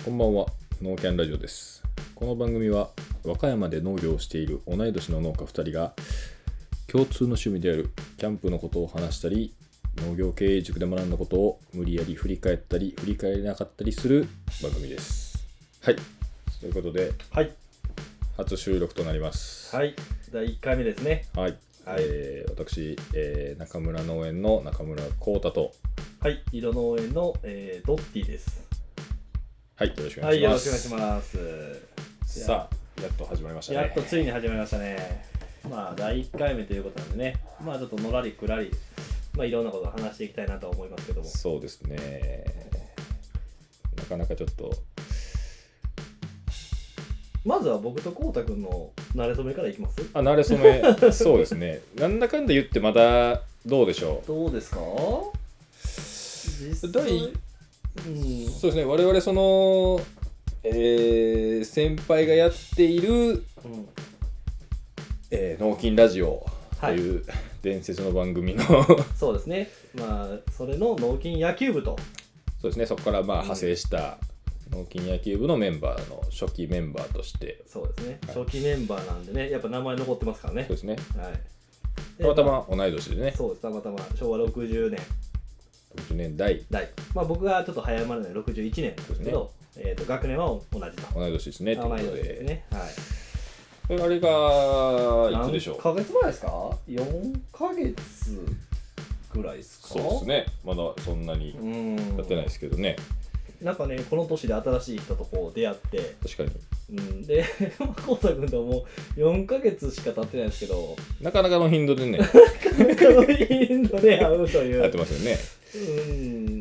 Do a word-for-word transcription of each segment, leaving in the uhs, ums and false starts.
こんばんは、農キャンラジオです。この番組は和歌山で農業をしている同い年の農家ふたりが共通の趣味であるキャンプのことを話したり、農業経営塾で学んだことを無理やり振り返ったり振り返れなかったりする番組です。はい、ということで、 はい、 初収録となります。 はい、だいいっかいめですね。 はい、はい、えー、私、えー、中村農園の中村光太と、 はい、井戸農園の、えー、ドッティです。 はい、よろしくおはい、 願いします。 よろしくお願いします。 さあ、やっと始まりましたね。 やっとついに始まりましたね。まあだいいっかいめということなんでね、まあちょっとのらりくらり、まあいろんなことを話していきたいなと思いますけども。 そうですね。なかなかちょっと。 まずは僕とこうたくんの馴れ初めからいきます？ あ、馴れ初め、そうですね。なんだかんだ言ってまだどうでしょう。 どうですか？実際うん、そうですね。我々その、えー、先輩がやっている、うんえー、農金ラジオという、はい、伝説の番組のそうですね。まあそれの農金野球部と。 そうですね。そこからまあ派生した農金野球部のメンバーの初期メンバーとして。 そうですね。はい、初期メンバーなんでね、やっぱ名前残ってますからね。 そうですね。 はい。 たまたま同い年でね。 そうです。たまたましょうわろくじゅうねん。 ろくじゅうねんだい。 まあ僕がちょっと早生まれなのでろくじゅういちねんですけど、ねえー、と学年は同じと。 同い年ですね。 同い年ですね。はい。 これあれがいつでしょう。 何ヶ月前ですか？よんかげつぐらいですか？ そうですね。まだそんなに経ってないですけどね。 なんかね、この年で新しい人とこう出会って、 確かに。 うん、で、こうたくんともうよんかげつしか経ってないですけど、 なかなかの頻度でね、 なかなかの頻度で会うという。 やってますよね。 うん、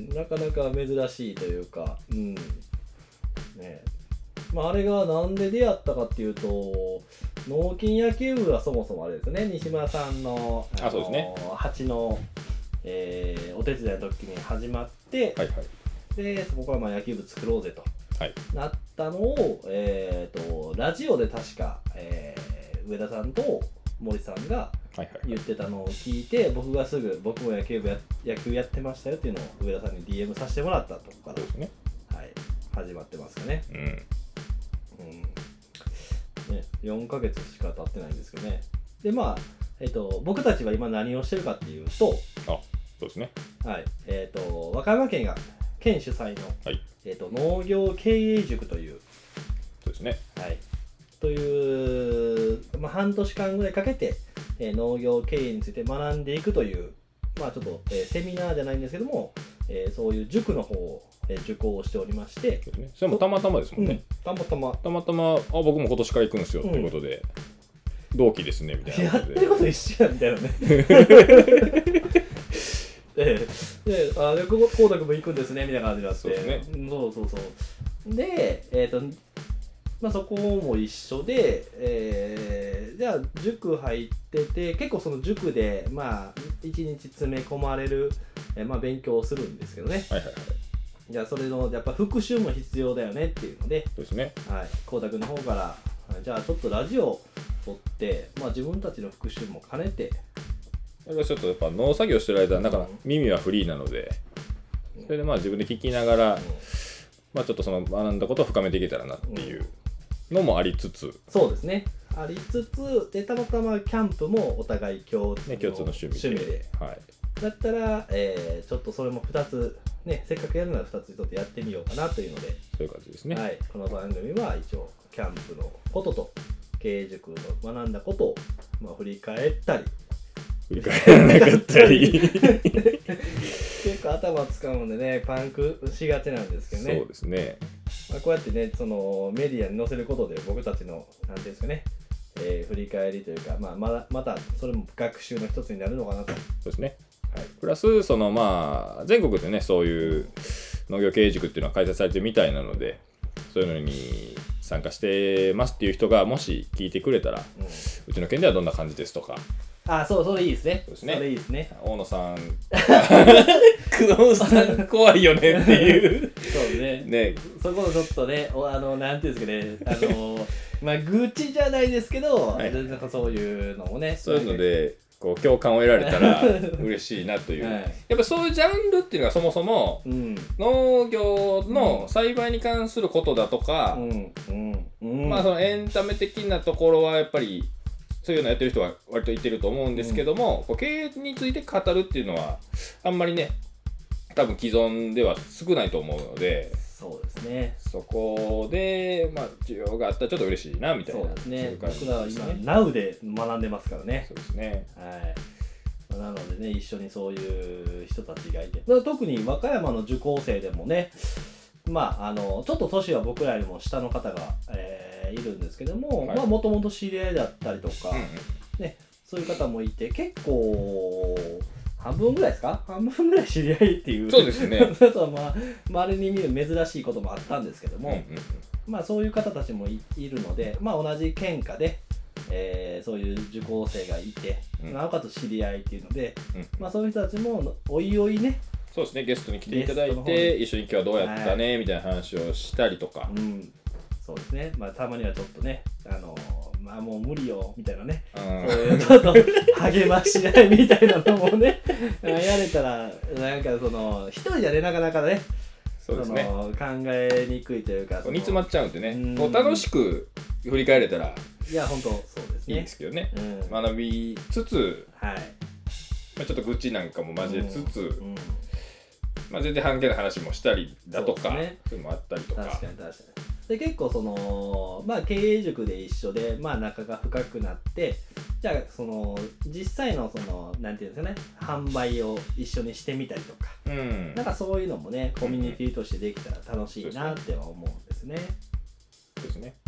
なかなか珍しいというか、うん。ね。まあ、あれがなんで出会ったかっていうと、農金野球部はそもそもあれですよね、西村さんの、 あのー、あ、そうですね、 蜂の、えー、お手伝いの時に始まって、 はいはい、 でそこからまあ野球部作ろうぜと、 はい、 なったのを、えー、とラジオで確か、えー、上田さんと森さんが言ってたのを聞いて、はいはいはい、僕がすぐ僕も野球部や野球やってましたよっていうのを上田さんに ディーエム させてもらったとこから、 そうですね、 はい、始まってますかね。うん、うん、ね、よんかげつしか経ってないんですけどね。でまあ、えー、と僕たちは今何をしてるかっていうと、 あ、そうですね、 はい、えー、と和歌山県が県主催の、 はい、 えー、と農業経営塾という、 そうですね、 はい、という、まあ、半年間ぐらいかけて、えー、農業経営について学んでいくという、まあちょっと、えー、セミナーじゃないんですけども、えー、そういう塾の方を、えー、受講しておりまして、 ね、それもたまたまですもんね、 うん、たまたまたまたま、あ、僕も今年から行くんですよ、うん、ということで、同期ですねみたいなやってること一緒やみたいなねで、で、あ、で、ここ、こうたくんも行くんですねみたいな感じになって、 そうですね、 そうそうそう。で、えっと、まあそこも一緒で、えー、じゃあ塾入ってて、結構その塾で、まあ一日詰め込まれる、えー、まあ勉強をするんですけどね。 はいはいはい。 じゃあそれのやっぱ復習も必要だよねっていうので、 そうですね。 はい、こうたくんの方から、じゃあちょっとラジオを撮って、まあ自分たちの復習も兼ねて。 ちょっとやっぱ農作業してる間なんか耳はフリーなので、それでまあ自分で聞きながら、うん、まあちょっとその学んだことを深めていけたらなっていうのもありつつ、うん、 そうですね、ありつつでたまたまキャンプもお互い共通の、 ね、共通の趣味で、 趣味で、はい、だったら、えー、ちょっとそれもふたつね、せっかくやるならふたつちょっとやってみようかなというので、 そういう感じですね、 はい、この番組は一応キャンプのことと経営塾の学んだことを、まあ、振り返ったり振り返らなかったり結構頭使うんでね、パンクしがちなんですけどね。 そうですね、 まあ、こうやってね、そのメディアに載せることで僕たちのなんていうんですかね、えー、振り返りというか、まあ、まだまたそれも学習の一つになるのかなと。 そうですね、はい、プラスそのまあ全国でねそういう農業経営塾っていうのは開催されてるみたいなので、そういうのに参加してますっていう人がもし聞いてくれたら、うん、うちの県ではどんな感じですとか、 あ、そう、それいいですね。 そうですね。 それいいですね。 大野さん、工藤さん怖いよねっていう。 そうね。ね、そこをちょっとね、あの、なんていうんですかね、あの、まあ、愚痴じゃないですけど、はい、なんかそういうのもね。 そういうので、 こう共感を得られたら嬉しいなという、はい、やっぱそういうジャンルっていうのがそもそも、うん、農業の栽培に関することだとか、うんうんうん、まあそのエンタメ的なところはやっぱりそういうのやってる人は割といてると思うんですけども、うん、こう経営について語るっていうのはあんまりね多分既存では少ないと思うので、 そうですね、 そこで、まあ、需要があったらちょっと嬉しいなみたいな。 そうですね、僕らは今 Now で学んでますからね。 そうですね、 はい、なのでね一緒にそういう人たちがいて、特に和歌山の受講生でもね、まああのちょっと年は僕らよりも下の方が、えー、いるんですけども、はい、まあもともと知り合いだったりとか、うんうん、ね、そういう方もいて結構半分ぐらいですか半分ぐらい知り合いっていう、 そうですねあとはまあ周りに見る珍しいこともあったんですけども、うんうんうん、まあそういう方たちも い, いるので、まあ同じ県下で、えー、そういう受講生がいて、うん、なおかつ知り合いっていうので、うん、まあそういう人たちもおいおいね、 そうですね、ゲストに来ていただいて一緒に今日はどうやったね、はい、みたいな話をしたりとか、 うん、そうですね、まあたまにはちょっとね、あのまあもう無理よみたいなね、そういうちょっと励まし合いみたいなのもねやれたら、なんかその一人じゃねなかなかね、 そうですね、 その考えにくいというか、 煮詰まっちゃうんでね、こう楽しく振り返れたらいや本当そうですね、 いいですけどね、うん、学びつつ、はい、まあ、ちょっと愚痴なんかも交えつつ、うんうん、まあ、全然半径の話もしたりだとか、そうですね、そういうのもあったりとか、 確かに確かに。で結構その、まあ、経営塾で一緒で、まあ、仲が深くなって、じゃあその実際のそのなんていうんですかね、販売を一緒にしてみたりとか、うん、なんかそういうのもねコミュニティとしてできたら楽しいなっては思うんですね。 そうですね。うん、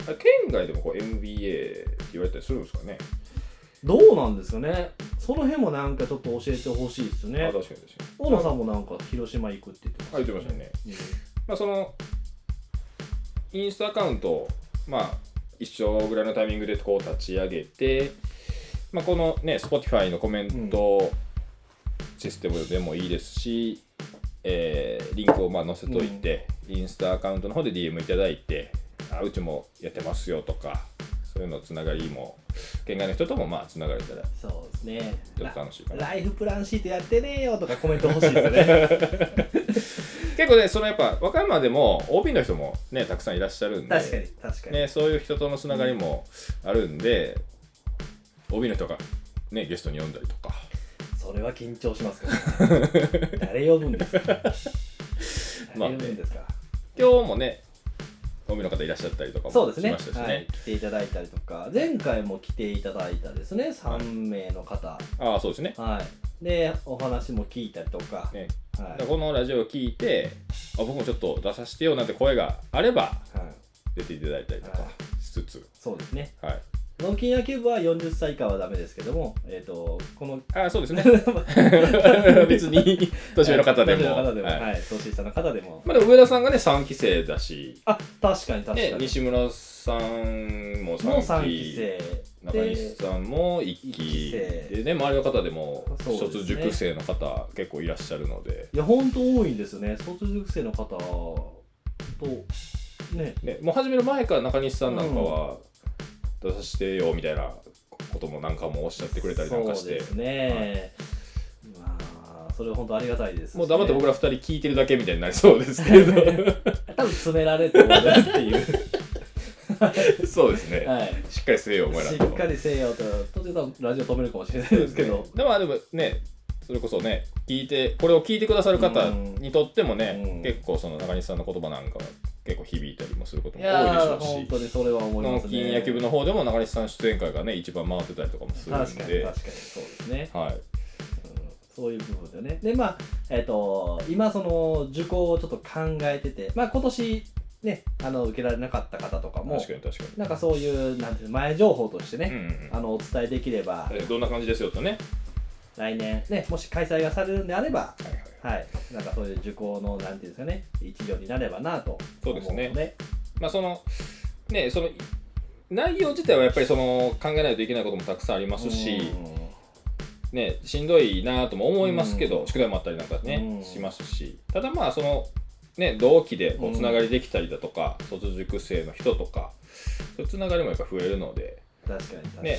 県外でもこう エムビーエー って言われたりするんですかね。 どうなんですかね。その辺もなんかちょっと教えてほしいですよね。 あ、確かに確かに。 大野さんもなんか広島行くって言ってました、 ね。あ、言ってましたね。うん、まあそのインスタアカウントをまあ一緒ぐらいのタイミングでこう立ち上げて、まあこのね Spotify のコメントシステムでもいいですし、うん、えー、リンクをまあ載せといて、うん、インスタアカウントの方で ディーエム いただいて、あ、うちもやってますよとか、そういうのつながりも県外の人ともまあつながれたら、 そうですね、 ちょっと楽しいかな。 ライフプランシートやってねえよとかコメント欲しいですね結構ね、そのやっぱ和歌山でも オービー の人もねたくさんいらっしゃるんで、 確かに確かに、 ね、そういう人とのつながりもあるんで、うん、オービー の人がねゲストに呼んだりとか、 それは緊張しますけど、ね、誰呼ぶんですか誰呼ぶんですか、 まあね、今日もねオービー の方いらっしゃったりとかもしましたしね、 そうですね、はい、来ていただいたりとか、前回も来ていただいたですねさんめいの方、はい、 ああそうですね、 はい、でお話も聞いたりとか、ね、 はい、このラジオを聞いて、あ、僕もちょっと出させてよなんて声があれば、はい、出ていただいたりとかしつつ、はい、 そうですね、 はい、 農金野球部はよんじゅっさい以下はダメですけども、えーと、このあ、そうですね別に年上の方でも、 はい、年上の方でも、はいはい、年下の方でも、 まあ、でも上田さんがねさんき生だし、 あ、確かに確かに、 ね、西村さんもさんき生、中西さんもいっきでね、周りの方でも卒塾生の方結構いらっしゃるので、 いや本当多いんですよね、卒塾生の方とね、 ね、もう始める前から中西さんなんかは出させてよみたいなこともなんかもおっしゃってくれたりなんかして、 そうですね、はい、まあそれは本当ありがたいです、ね、 もう黙って僕らふたり聞いてるだけみたいになりそうですけど多分詰められて終わるっていうそうですね、はい、しっかりせよお前らと、 しっかりせよと、途中多分ラジオ止めるかもしれないですけど、 でも、ね、でもね、それこそね、聞いてこれを聞いてくださる方にとってもね、うん、結構その中西さんの言葉なんかは結構響いたりもすることも多いでしょうし、 本当にそれは思いますね。 農金野球部の方でも中西さん出演会がね一番回ってたりとかもするんで、 確かに確かにそうですね、 はい、うん、 そういう部分でね。でまあえっ、ー、と今その受講をちょっと考えてて、まあ今年ね、あの受けられなかった方とかも、 確かに確かに、 なんかそういうなんていう前情報としてね、うんうんうん、あのお伝えできれば、 どんな感じですよとね、 来年ね、もし開催がされるんであれば、はいはい、はい、なんかそういう受講のなんていうんですかね、一助になればなと思うので、そうですね。 まあそのね、その内容自体はやっぱりその考えないといけないこともたくさんありますし、ね、しんどいなとも思いますけど、宿題もあったりなんかねしますし、ただまあそのね、同期でこうつながりできたりだとか、うん、卒塾生の人とかそういうつながりもやっぱ増えるので、 確かに確かに、 ね、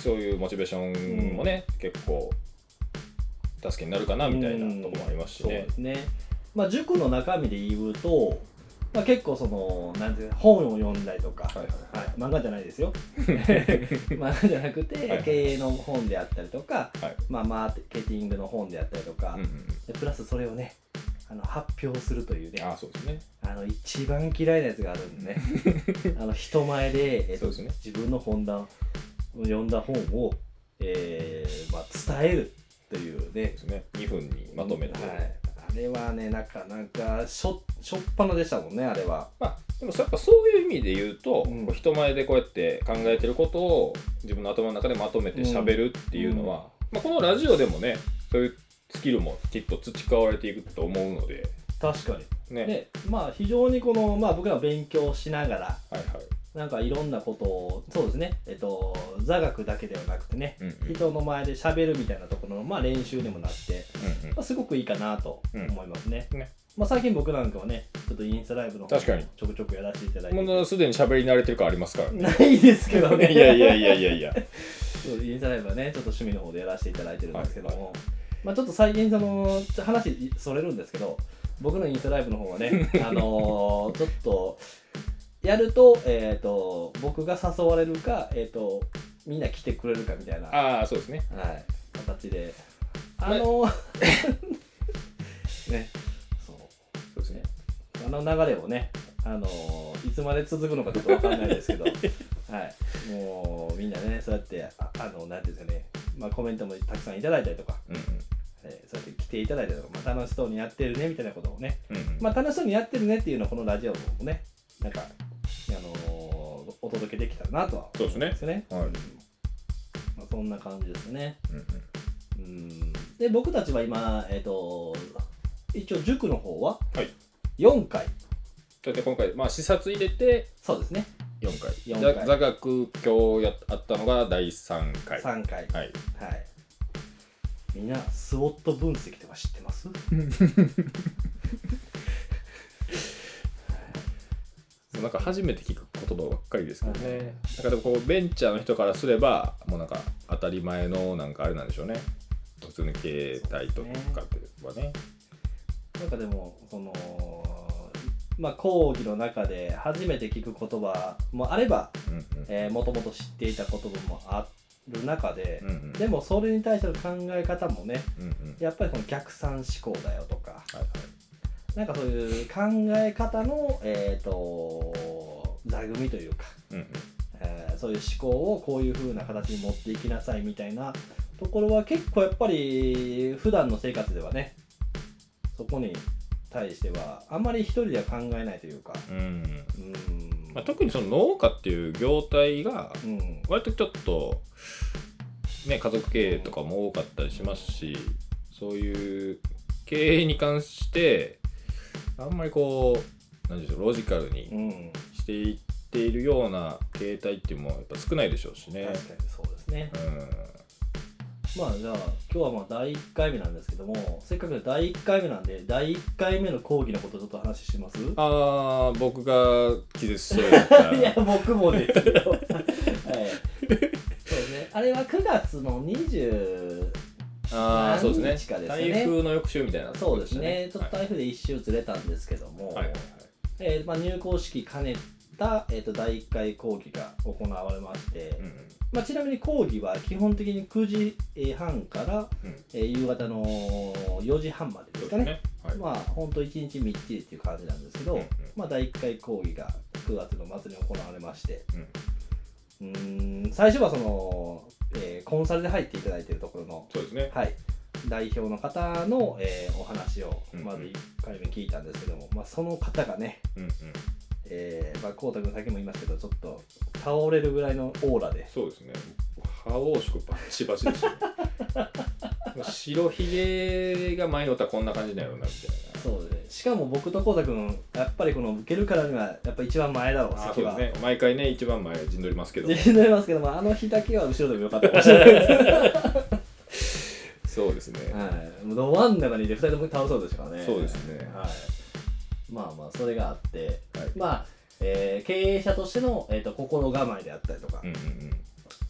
そういうモチベーションもね、うん、結構助けになるかなみたいなところもありますしね、うん、そうですね。まあ塾の中身で言うと、まあ、結構そのなんていう本を読んだりとか、はいはいはい、漫画じゃないですよ漫画じゃなくて、はいはい、経営の本であったりとか、はい、まあ、マーケティングの本であったりとか、うんうん、でプラスそれをねあの発表するというね、 あ、そうですね、 あの一番嫌いなやつがあるんでねあの人前で、えーとね、自分の本だ読んだ本を、えーまあ、伝えるというね、 ですね、にふんにまとめて、 はい、あれはねなかなかしょしょっぱなでしたもんね、あれは。 まあでもやっぱそういう意味で言うと、うん、人前でこうやって考えてることを自分の頭の中でまとめて喋るっていうのは、うんまあ、このラジオでもねそういうスキルもきっと培われていくと思うので。 確かにね。でまあ非常にこの、まあ、僕ら勉強しながら、はいはい、なんかいろんなことをそうですね、えっと、座学だけではなくてね、うんうん、人の前で喋るみたいなところの、まあ、練習にもなって、うんうんまあ、すごくいいかなと思いますね。うんねまあ、最近僕なんかはねちょっとインスタライブの方ちょくちょくやらせていただいて、 もうすでに喋り慣れてる感ありますからね。 ないですけどねいやいやいやいやいやインスタライブはねちょっと趣味の方でやらせていただいてるんですけども、はいはいまあ、ちょっと最近その話それるんですけど、僕のインスタライブの方はねあのー、ちょっとやると、えーと、僕が誘われるか、えーと、みんな来てくれるかみたいな、 ああそうですね、 はい、形で、あのー、ね、そう、 そうですね、 あの流れをね、あのー、いつまで続くのかちょっと分かんないですけど、はい、もうみんなね、そうやって、あ、あの、なんていうんですかね、まあ、コメントもたくさんいただいたりとか、うんうんえー、そうやって来ていただいたりとか、まあ、楽しそうにやってるねみたいなことをね、うんうんまあ、楽しそうにやってるねっていうのはこのラジオもね、なんか、あのー、お届けできたらなとは思うんですよね。そうですね。はい。うんまあ、そんな感じですね。うん、うん。で、僕たちは今、えっと、一応塾の方はよんかい。 そして今回、まあ、視察入れて、 そうですね。 よんかい。よんかい座学今日やあったのがだいさんかい。 さんかい。 はい。 はい。みんな、スウォット分析とか知ってますなんか初めて聞く言葉ばっかりですけどね、うん、なんかでもこうベンチャーの人からすればもうなんか当たり前のなんかあれなんでしょうね、普通の携帯とかってはね。 なんかでもそのまあ講義の中で初めて聞く言葉もあれば、うんうんえー、もともと知っていた言葉もある中で、うんうん、でもそれに対しての考え方もね、うんうん、やっぱりこの逆算思考だよとか、はいはいなんかそういう考え方の、えーと、座組というか、うんうんえー、そういう思考をこういう風な形に持っていきなさいみたいなところは結構やっぱり普段の生活ではねそこに対してはあんまり一人では考えないというか、うんうんまあ、特にその農家っていう業態が割とちょっと、ね、家族経営とかも多かったりしますし、そういう経営に関してあんまりこう何でしょうロジカルにしていっているような形態っていうのもやっぱ少ないでしょうしね。 確かにそうですね、うん、まあじゃあ今日はまあだいいっかいめなんですけども、せっかくだいいっかいめなんでだいいっかいめの講義のことちょっと話します。 ああ僕が気絶しそうやったいや僕もですよ、はい、そうですね、あれはくがつのにじゅうあそうですね、台風の翌週みたいな、ね、 そうですね、ちょっと台風で一周ずれたんですけども、はいはいはいえーまあ、入校式兼ねた、えー、とだいいっかい講義が行われまして、うんうんまあ、ちなみに講義は基本的にくじはんから、うんえー、夕方のよじはんまでですかね、ねはい、まあほんといちにちみっちりっていう感じなんですけど、うんうんまあ、だいいっかい講義がくがつの末に行われまして、うん、うーん最初はそのえー、コンサルで入っていただいているところのそうですね、 はい、代表の方の、えー、お話をまずいっかいめ聞いたんですけども、うんうんまあ、その方がね、うんうんえーまあ、こうたくんさっきも言いましたけどちょっと倒れるぐらいのオーラでそうですね覇王色バッチバチでしたね白ひげが前におったらこんな感じだよなみたいな。 そうですね、しかも僕とこうたくんやっぱりこの受けるからにはやっぱ一番前だろう席は、ね、毎回ね一番前陣取りますけど陣取りますけどもあの日だけは後ろでもよかったかもしれないですそうですね、 はい、ど真ん中にいてふたりとも倒そうですからね。 そうですね、 はい、まあまあそれがあって、はい、まあ、えー、経営者としての、えー、と心構えであったりとか、うんうんうん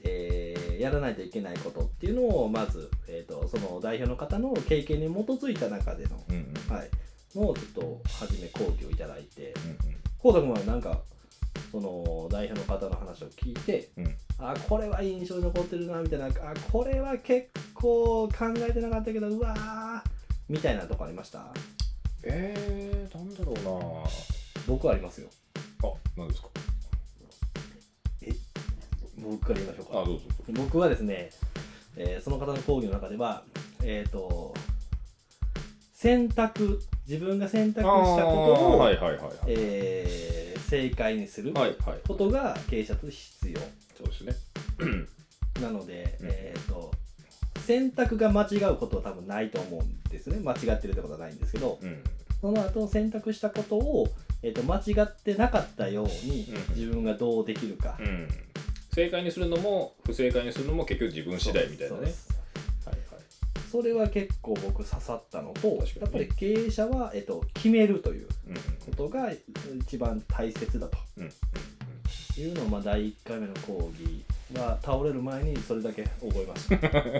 えー、やらないといけないことっていうのをまず、えー、とその代表の方の経験に基づいた中での、 うんうんはい、のをちょっと初め講義をいただいて、 うんこうたくんはなんかその代表の方の話を聞いて、 うんうんあこれは印象に残ってるなみたいな、あこれは結構考えてなかったけどうわーみたいなとこありました？ えー、なんだろうな。 僕はありますよ。 あ、何ですか？ え僕から言いましょうか。 あ、どうぞどうぞ。 僕はですね、えーその方の講義の中では、えっ、と選択自分が選択したことを、 はいはいはいはい、 えー正解にするはいはい、 ことが経営者として必要。 そうですね。 なので、 うんえっ、と選択が間違うことは多分ないと思うんですね。間違ってるってことはないんですけど、 うん、 その後選択したことを、えー、と間違ってなかったようにうん自分がどうできるか、 うん、正解にするのも不正解にするのも結局自分次第みたいなね。 そうですはいはい。 それは結構僕刺さったのと、 確かにねやっぱり経営者は、えー、と決めるといううんことが一番大切だとうんうんいうのを、まあ、だいいっかいめの講義が倒れる前にそれだけ覚えました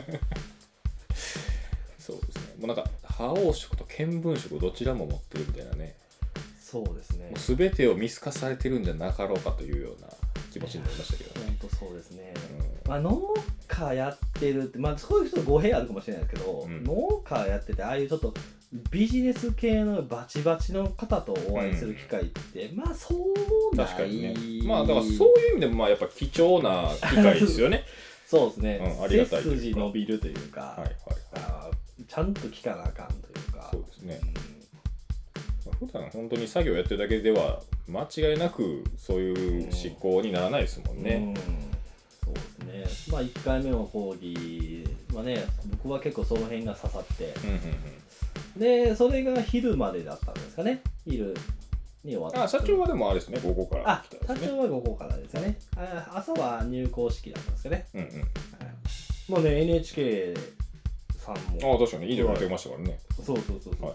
そうですね。もうなんか覇王色と見聞色どちらも持ってるみたいなね。 そうですね。 もう全てを見透かされてるんじゃなかろうかというような気持ちになりましたけどね。 本当そうですね、 うんまあ、農家やってるって、まあ、そういう人語弊あるかもしれないですけど、 うん農家やっててああいうちょっとビジネス系のバチバチの方とお会いする機会って、うん、まあそうない確かにね。まあだからそういう意味でもまあやっぱ貴重な機会ですよね。 そうですね、 うん、ありがたい背筋伸びるというか、 はいはいはい、 あちゃんと聞かなあかんというか。 そうですね、まあ、普段本当に作業やってるだけでは間違いなくそういう思考にならないですもんね、 うんうん、そうですね。まあいっかいめの講義はね、僕は結構その辺が刺さって、 うんうんうん、 でそれが昼までだったんですかね。昼に終わった。 あ、社長はでもあれですね、午後からあ、 来たんですね。 社長は午後からですよね。あ、朝は入校式だったんですかね。 うんうん、 はい、もうね エヌエイチケー さんも、 あ、確かにいいとこ出ましたからね。 そうそうそうそう、 はいはい、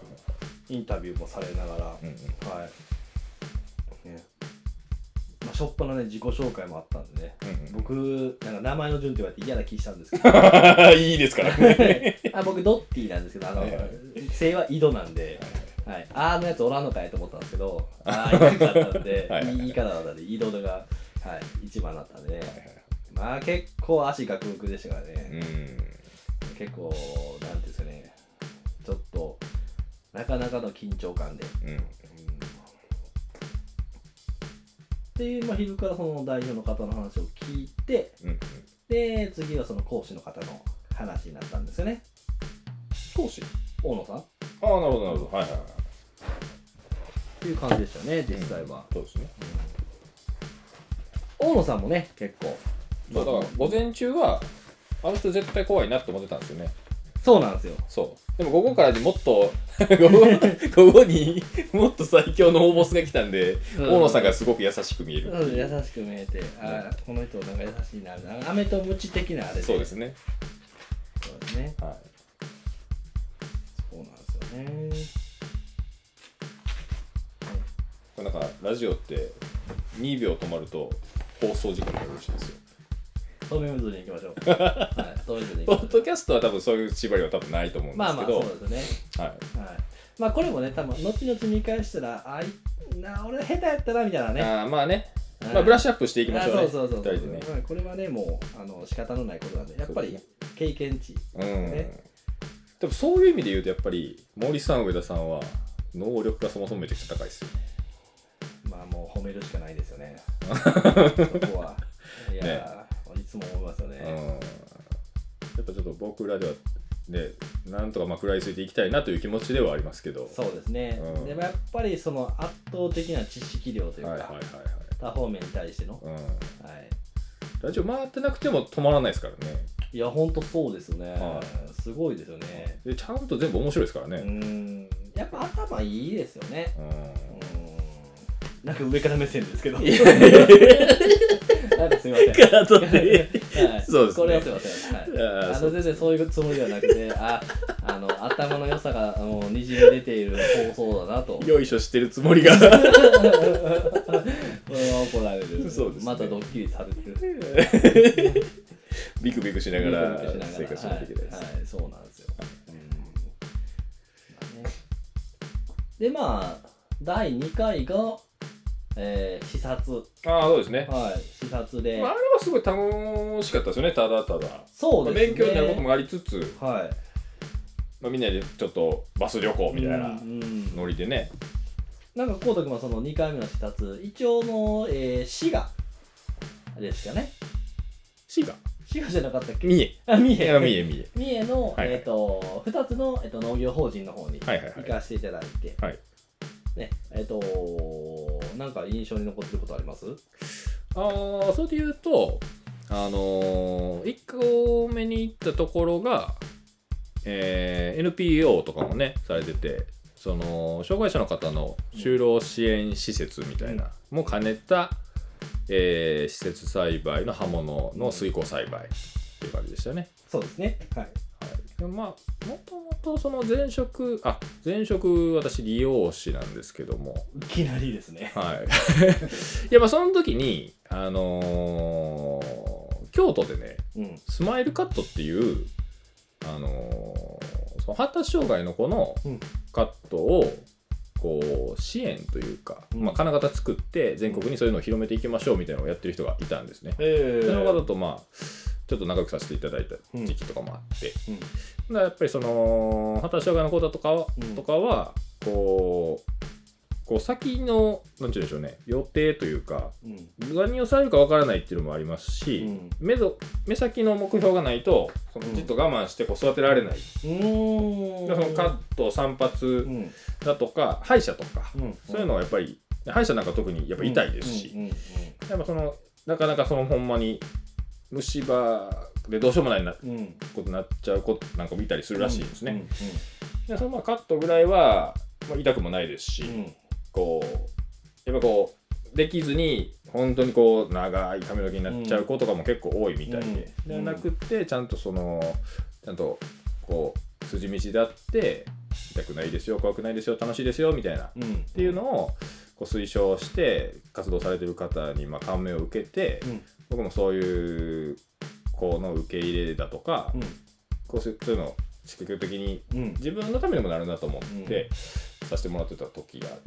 インタビューもされながら、 うんうん、 はいね、まあ、しょっぱなね自己紹介もあったんでね、 うんうん、 僕なんか名前の順って言われて嫌な気したんですけどいいですからね。 あ、僕ドッティなんですけど、あの、 はいはい、 姓は井戸なんで、はいはい、あーのやつおらんのかいと思ったんですけど、あーいなかったんではいはい、 いい言い方だったんで井戸が、はい、一番だったんでね、 はいはい、 まあ結構足ガクガクでしたからね、 うん、 結構なんていうんですかね、ちょっとなかなかの緊張感で、 うん、 で、まあ、昼からその代表の方の話を聞いて、 うんうん、 で次はその講師の方の話になったんですよね。 講師大野さん、 ああ、なるほどなるほど、はいはいはい、 っていう感じでしたね、実際は。 うん、そうですね、 うん、大野さんもね結構そうだから午前中はあの人絶対怖いなって思ってたんですよね。 そうなんですよ。 そうでも午後からにもっと午後午後にもっと最強の大ボスが来たんで、うん、大野さんがすごく優しく見える、 うん、優しく見えて、あ、この人なんか優しいな、アメとムチ的なあれで。 そうですね、 そうですね、 はい、 そうなんですよね。 これなんかラジオってにびょう止まると放送時間があるらしいんですよ。 止めずに行きましょう。はい、止めずにポッドキャストは多分そういう縛りは多分ないと思うんですけど、 まあまあそうですね。はい。はい、まあこれもね、多分後々見返したら、あいな俺下手やったなみたいなね。 あまあね、まあブラッシュアップしていきましょうね。 そうそうそうそう。 ふたりでね。 まあこれはねもうあの仕方のないことなんで、やっぱり経験値、ね。 うん。でもそういう意味で言うとやっぱり森さん上田さんは能力がそもそもめちゃくちゃ高いですよね。 まあもう褒めるしかないですよね。そこは。いや、ね、いつも思いますよね。うん、やっぱちょっと僕らではね、なんとかまあ食らいついていきたいなという気持ちではありますけど。 そうですね。うん、でもやっぱりその圧倒的な知識量というか、はいはいはいはい、多方面に対しての、うん、はい。 ラジオ回ってなくても止まらないですからね。 いや本当そうですよね、はい、すごいですよね。 でちゃんと全部面白いですからね。 うん、やっぱ頭いいですよね。うん、うんなんか上から目線ですけど。なんかすみません。から取って、はい、そうですね。これはすみません。はい、あの全然そういうつもりではなくて、あ、あの頭の良さがもうにじみ出ている放送だなと。 よいしょしてるつもりが。これは怒られる。 そうですね。 またドッキリされてる。 ビクビクしながらビクビクしながら生活しないといけないです、 はい、はい、そうなんですよ、うんまあね、でまあだいにかいが、えー、視察。 ああそうですね、 はい、視察で、 まあ、あれはすごい楽しかったですよね。ただただそうですね、 まあ、勉強になることもありつつ、 はい、 まあ、みんなでちょっとバス旅行みたいなノリでね、 うんうん、なんかこうときもそのにかいめの視察一応の、えー、滋賀ですかね。 滋賀滋賀じゃなかったっけ。 三重あ三重いや三重三重三重の、 はいはい、 えー、とふたつの、えー、と農業法人の方にはいはいはい行かせていただいて、 はいね、えっ、ー、となんか印象に残ってることあります？ ああそれで言うとあのー、いっこめに行ったところが、えー、エヌピーオー とかもねされてて、その障害者の方の就労支援施設みたいな、うん、も兼ねた、えー、施設栽培の葉物の水耕栽培っていう感じでしたね。 そうですね、はい、 はい、まあもともとその前職あ前職私理容師なんですけども、 いきなりですね。 はいいやまあその時にあのー、京都でね、うん、スマイルカットっていうあのー、その発達障害の子のカットをこう支援というか、うんまあ、金型作って全国にそういうのを広めていきましょうみたいなのをやってる人がいたんですね。その方とまあちょっと仲良くさせていただいた時期とかもあって、うんうん、だからやっぱりその発達障害の子だとかは、うん、とかはこうこう先のなんて言うんでしょうね、予定というか、うん、何をされるかわからないっていうのもありますし、うん、目ど目先の目標がないとそのじっと我慢してこう育てられない、うん、そのカット散髪だとか、歯医者とか、うん、そういうのはやっぱり歯医者なんか特にやっぱ痛いですし、やっぱそのなかなかそのほんまに虫歯でどうしようもないな、うん、ことになっちゃう子なんかもいたりするらしいんですね。うんうんうん、でそのまあカットぐらいは、まあ、痛くもないですし、うんこうやっぱこうできずに本当にこう長い髪の毛になっちゃう子とかも結構多いみたいで、うん、ではなくってちゃんとそのちゃんとこう筋道だって痛くないですよ怖くないですよ楽しいですよみたいな、うん、っていうのをこう推奨して活動されてる方にまあ感銘を受けて、うん、僕もそういう子の受け入れだとか、うん、こうそういうのを積極的に自分のためにもなるなと思って、うんさせてもらってた時があって、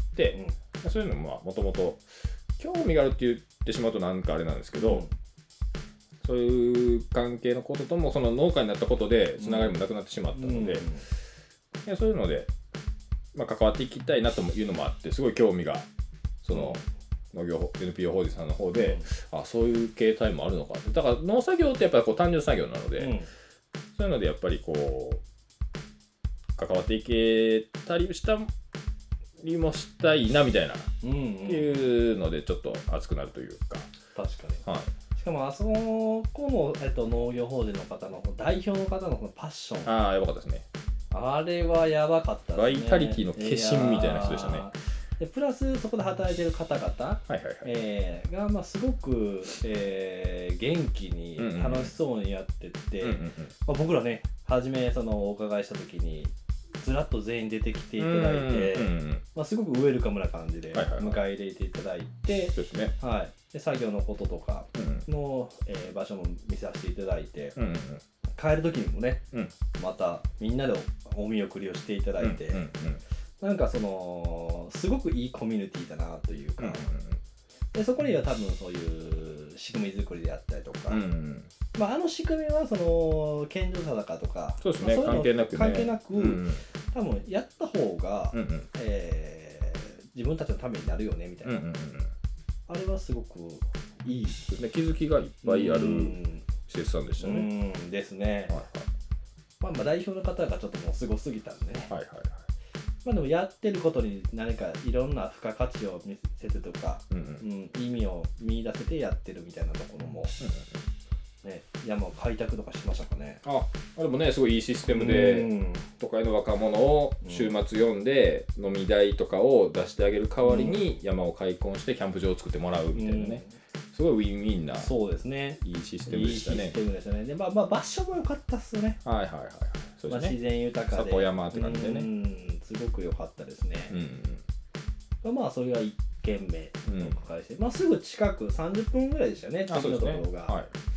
うん、そういうのももともと興味があるって言ってしまうとなんかあれなんですけど、うん、そういう関係のことともその農家になったことでつながりもなくなってしまったので、うんうん、いやそういうので、まあ、関わっていきたいなというのもあってすごい興味がその農業 エヌピーオー 法人さんの方で、うん、あそういう形態もあるのかってだから農作業ってやっぱりこう単純作業なので、うん、そういうのでやっぱりこう関わっていけたりしたりもしたいなみたいな、うんうん、っていうのでちょっと熱くなるというか確かに、はい、しかもあそこの、えっと、農業法人の方の代表の方のこのパッションああやばかったですね。 あれはやばかったですね。 バイタリティの化身みたいな人でしたね。 でプラスそこで働いてる方々、はいはいはいえー、が、まあ、すごく、えー、元気に楽しそうにやってて、うんうんうんまあ、僕らね初めそのお伺いした時にずらっと全員出てきていただいて、うんうんうんまあ、すごくウェルカムな感じで迎え入れていただいて、はいはいはいはい、で作業のこととかの、うんえー、場所も見させていただいて、うんうん、帰る時にもね、うん、またみんなで お, お見送りをしていただいて、うんうんうん、なんかそのすごくいいコミュニティだなというか、うんうんうん、でそこには多分そういう仕組み作りであったりとか、うんうんまあ、あの仕組みはその健常者だかとかそうですね、まあ、関係なくね関係なく、うん、多分やった方が、うんうんえー、自分たちのためになるよねみたいな、うんうんうん、あれはすごくいいですね。気づきがいっぱいある施設さんでしたね。 うんですね、はいはいまあ、まあ代表の方がちょっともうすごすぎたんでね、はいはいはいまあ、でもやってることに何かいろんな付加価値を見せてとか、うんうんうん、意味を見出せてやってるみたいなところも、うんうんね、山を開拓とかしましたかね。 あ、あれもねすごいいいシステムで、うん、都会の若者を週末読んで、うん、飲み代とかを出してあげる代わりに山を開墾してキャンプ場を作ってもらうみたいなね、うん、すごいウィンウィンなそうですねいいシステムでしたね。 いいシステムでしたね。で、まあ、まあ場所も良かったっすよね。 はいはいはいはいそうですね、 まあ、自然豊かで里山って感じでね、うん、 すごく良かったですね、うん、まあそれがいっけんめとかして、うんまあ、すぐ近くさんじゅっぷんぐらいでしたよね次のところが、はい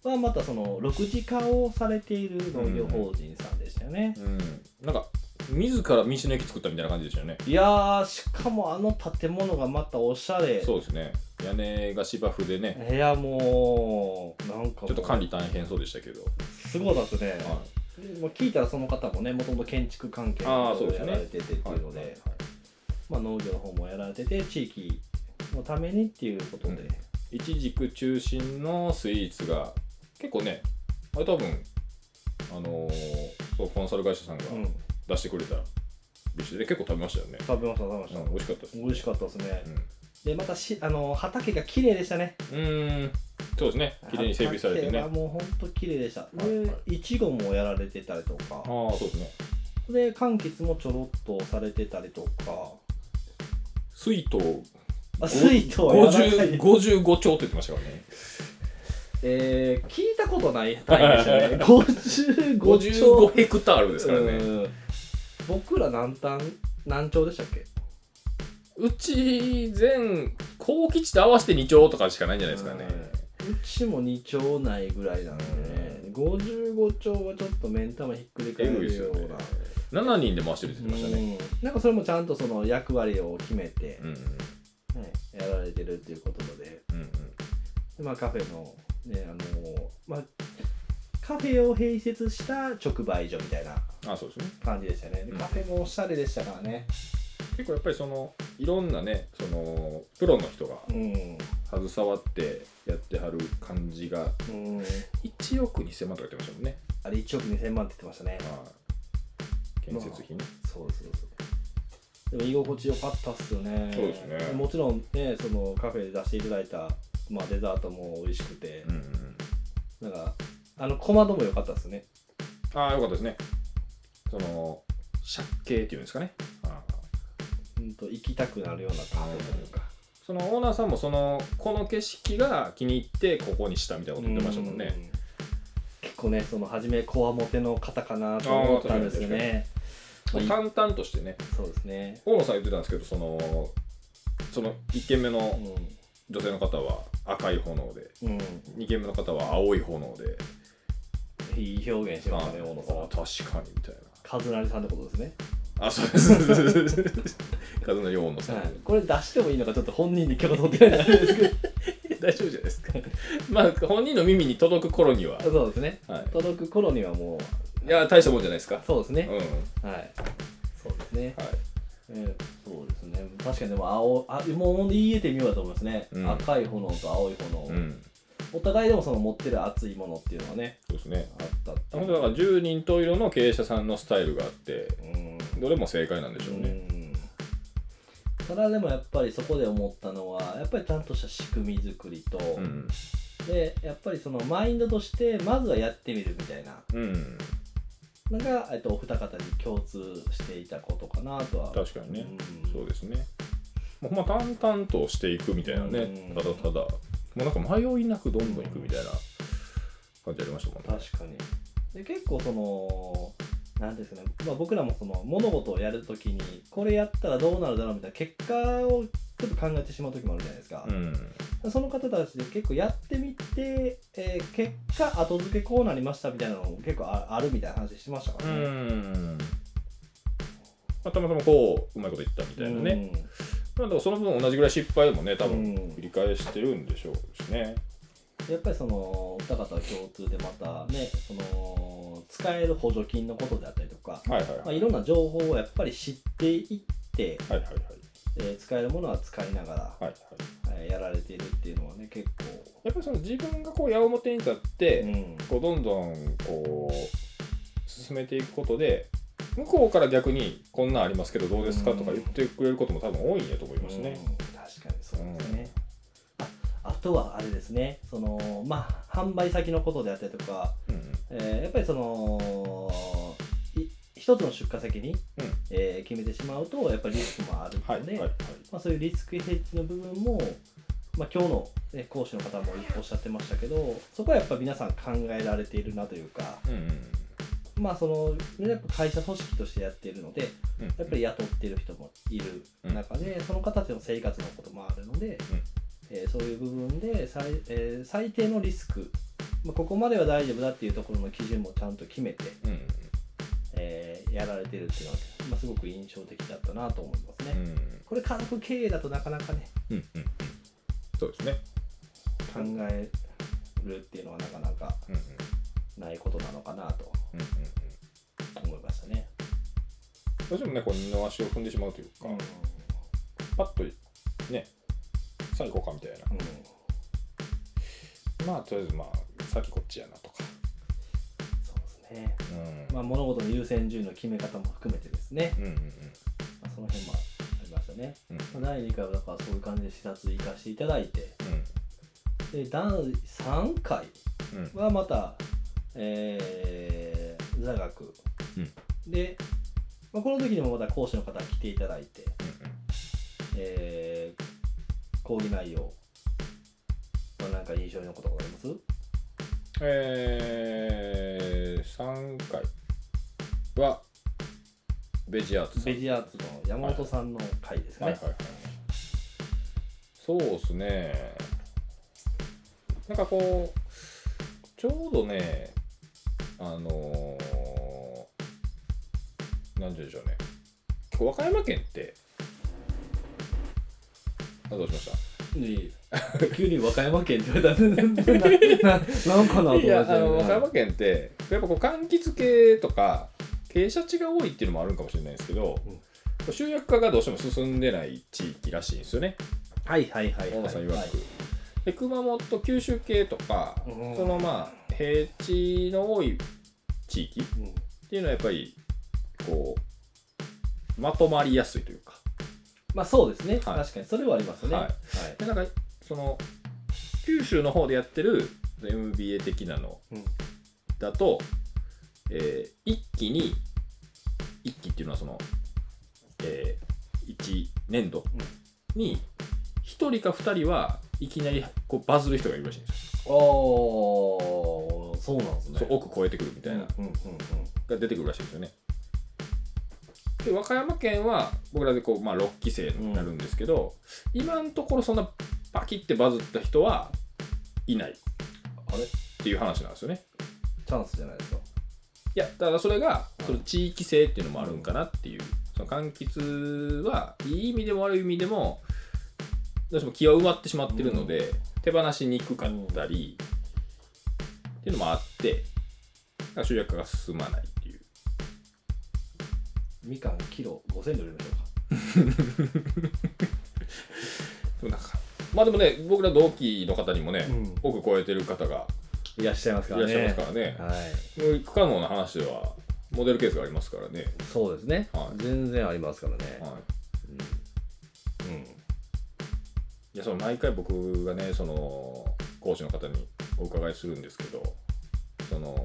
はまたそのろくじ化をされている農業法人さんでしたよね、 うん、うん、なんか自ら道の駅作ったみたいな感じでしたよね。 いやー、しかもあの建物がまたおしゃれ。 そうですね、屋根が芝生でね、 部屋もなんかちょっと管理大変そうでしたけど、 すごかったですね、 はい、 でも聞いたらその方もね、もともと建築関係のことをやられててっていうので、まあ、農業の方もやられてて、地域のためにっていうことで、うん、 いちじく中心のスイーツが結構ね、あれ多分あのー、コンサル会社さんが出してくれたビシで結構食べましたよね。 食べました食べました、 うん、美味しかったです。 美味しかったですね、 うん、 でまたしあの畑が綺麗でしたね。 うーん、そうですね、綺麗に整備されてね。 畑はもうほんと綺麗でした。で、 はいはい、 いちごもやられてたりとか、 ああそうですね、 で柑橘もちょろっとされてたりとか、 水筒あ水筒はやらないごじゅうごちょうって言ってましたからね。 えー、聞いたことない単位でしたね。ごじゅうごちょう、 ごじゅうごヘクタールですからね。 僕ら何単何丁でしたっけ？ うち全高基地と合わせてに丁とかしかないんじゃないですかね。 うちもに丁ないぐらいなんでね、ごじゅうご丁はちょっと目ん玉ひっくり返るような、ね、 ななにんで回してるって言ってましたね。 なんかそれもちゃんとその役割を決めて、 うんうん、 ね、やられてるっていうことで、うんうん、でまあカフェのね、あのまあカフェを併設した直売所みたいな感じでしたね。でカフェもおしゃれでしたからね。 結構やっぱりそのいろんなね、そのプロの人が携わってやってはる感じが、うん、いちおくにせんまんとか言ってましたもんね。 あれいちおくにせんまんって言ってましたね。 はい、建設費ね、まあ、そうそうそう。でも居心地よかったっすよね。 そうですね。 もちろんね、そのカフェで出していただいた、まあ、デザートも美味しくて、うんうん、なんかあの小窓も良かったですね。 ああ、良かったですね。その借景っていうんですかね。あうんと行きたくなるようなカフェというか。 そのオーナーさんもそのこの景色が気に入ってここにしたみたいなこと言ってましたもんね。 うん結構ね、その初めこわもての方かなと思ったんですよね。 まあ、淡々としてね。 そうですね。 大野さん言ってたんですけど、そのそのいっけんめの女性の方は赤い炎で、うん、にけんめの方は青い炎で。 いい表現してましたね、大野さん。 あ、確かにみたいな。 カズナリさんってことですね。 あ、そうです。カズナリ大野さん、はい。 これ出してもいいのかちょっと本人に許可取ってないんですけど。 大丈夫じゃないですか。まあ本人の耳に届く頃には。 そうですね。はい、届く頃にはもう。いや大したもんじゃないですか。 そうですね。 うん、 はい。そうですね。 はい。 えー、そうですね。確かにでも青あもう言えてみようと思いますね。うん、赤い炎と青い炎。うん、お互いでもその持ってる熱いものっていうのはね。 そうですね。 あったって。 本当だからじゅうにん十色の経営者さんのスタイルがあって、うん、どれも正解なんでしょうね。うんただでもやっぱりそこで思ったのはやっぱりちゃんとした仕組み作りと、うん、でやっぱりそのマインドとしてまずはやってみるみたいなのが、うん、えっと、お二方に共通していたことかなとは。 確かにね、うん、そうですね。もうほんま淡々としていくみたいなね、うん、ただただもうなんか迷いなくどんどんいくみたいな感じありましたもんね。 確かに。で結構そのなんですかね、まあ、僕らもその物事をやるときにこれやったらどうなるだろうみたいな結果をちょっと考えてしまうときもあるじゃないですか、うん、その方たちで結構やってみて、えー、結果後付けこうなりましたみたいなのも結構 あ, あるみたいな話してましたからね。うん、 まあ、たまたまこううまいこと言ったみたいなね、うん、まあ、でもその分同じぐらい失敗もね多分繰り返してるんでしょうしね。 やっぱりそのお二方共通でまたねその使える補助金のことであったりとか、はいはいはい、まあ、いろんな情報をやっぱり知っていって、はいはいはい、えー、使えるものは使いながら、はいはいえー、やられているっていうのはね結構やっぱりその自分がこう矢面に立って、うん、こうどんどんこう進めていくことで向こうから逆にこんなんありますけどどうですかとか言ってくれることも多分多いんやと思いますね。 うん、確かにそうですね。うん、あ, あとはあれですね、そのまあ販売先のことであったりとか、うんえー、やっぱりその一つの出荷先に、うんえー、決めてしまうとやっぱりリスクもあるので、はいはいはい、まあ、そういうリスクヘッジの部分も、まあ、今日の、ね、講師の方もおっしゃってましたけどそこはやっぱ皆さん考えられているなというか、うんうん、まあそのやっぱ会社組織としてやっているので、うん、やっぱり雇っている人もいる中で、うん、その方たちの生活のこともあるので、うんえー、そういう部分で最、えー、最低のリスクまあ、ここまでは大丈夫だっていうところの基準もちゃんと決めて、 うんえー、やられてるっていうのは、まあ、すごく印象的だったなと思いますね、 うんこれ家族経営だとなかなかね、 うんうんうん、そうですね。 考えるっていうのはなかなかうんうんないことなのかなとうんうんうん思いましたね。 どうしてもねこう二の足を踏んでしまうというか、 うん、 パッとねさあ行こうかみたいな、 うん、 まあとりあえずまあ先こっちやなとか、 そうですね、 うんまあ、物事の優先順位の決め方も含めてですね、 うんうんうんまあ、その辺もありましたね、 うんまあ、だいにかいはだからそういう感じで視察行かせていただいて、でだいさんかいうんはまた、えー、座学、 うんで、まあ、この時にもまた講師の方来ていただいて、 うんえー、講義内容、まあ、なんか印象に残ったことあります？ えー、さんかいはベジアーツさん、 ベジアーツの山本さんの回ですかね。 はいはいはい、そうですね。なんかこうちょうどねあのー、なんて言うんでしょうね、和歌山県ってあどうしました？ いい急に和歌山県って言われたらな, な, なんかなと思って、 いやあの和歌山県ってやっぱこう柑橘系とか傾斜地が多いっていうのもあるんかもしれないですけど、うん、集約化がどうしても進んでない地域らしいんですよね。 はいはいはいはい、 大野さん曰く、はい、で熊本九州系とか、うん、そのまあ平地の多い地域っていうのはやっぱりこうまとまりやすいというか、 まあそうですね、はい、確かにそれはありますね、 はいはい、でなんかその九州の方でやってる エムビーエー 的なのだと、うん、えー、一期に一期っていうのはその、えー、いちねんどにひとりかふたりはいきなりこうバズる人がいるらしいんですよ。 ああ、そうなんですね。 そう億超えてくるみたいな、うんうんうんうん、が出てくるらしいんですよね。で和歌山県は僕らでこう、まあ、ろっき生になるんですけど、うん、今のところそんなパキってバズった人はいないあれっていう話なんですよね。 チャンスじゃないですか。 いやだからそれがその地域性っていうのもあるんかなっていう、その柑橘はいい意味でも悪い意味でもどうしても気は埋まってしまってるので、うん、手放しにくかったり、うん、っていうのもあって集約化が進まないっていう。 みかんキロごせんドル入れましょうかなんかまあでもね僕ら同期の方にもね、うん、億超えてる方がいらっしゃいますからね。 いらっしゃいますからね、はい、不可能な話ではモデルケースがありますからね。 そうですね、はい、全然ありますからね、はい、 うん、うん、いやその毎回僕がねその講師の方にお伺いするんですけど、その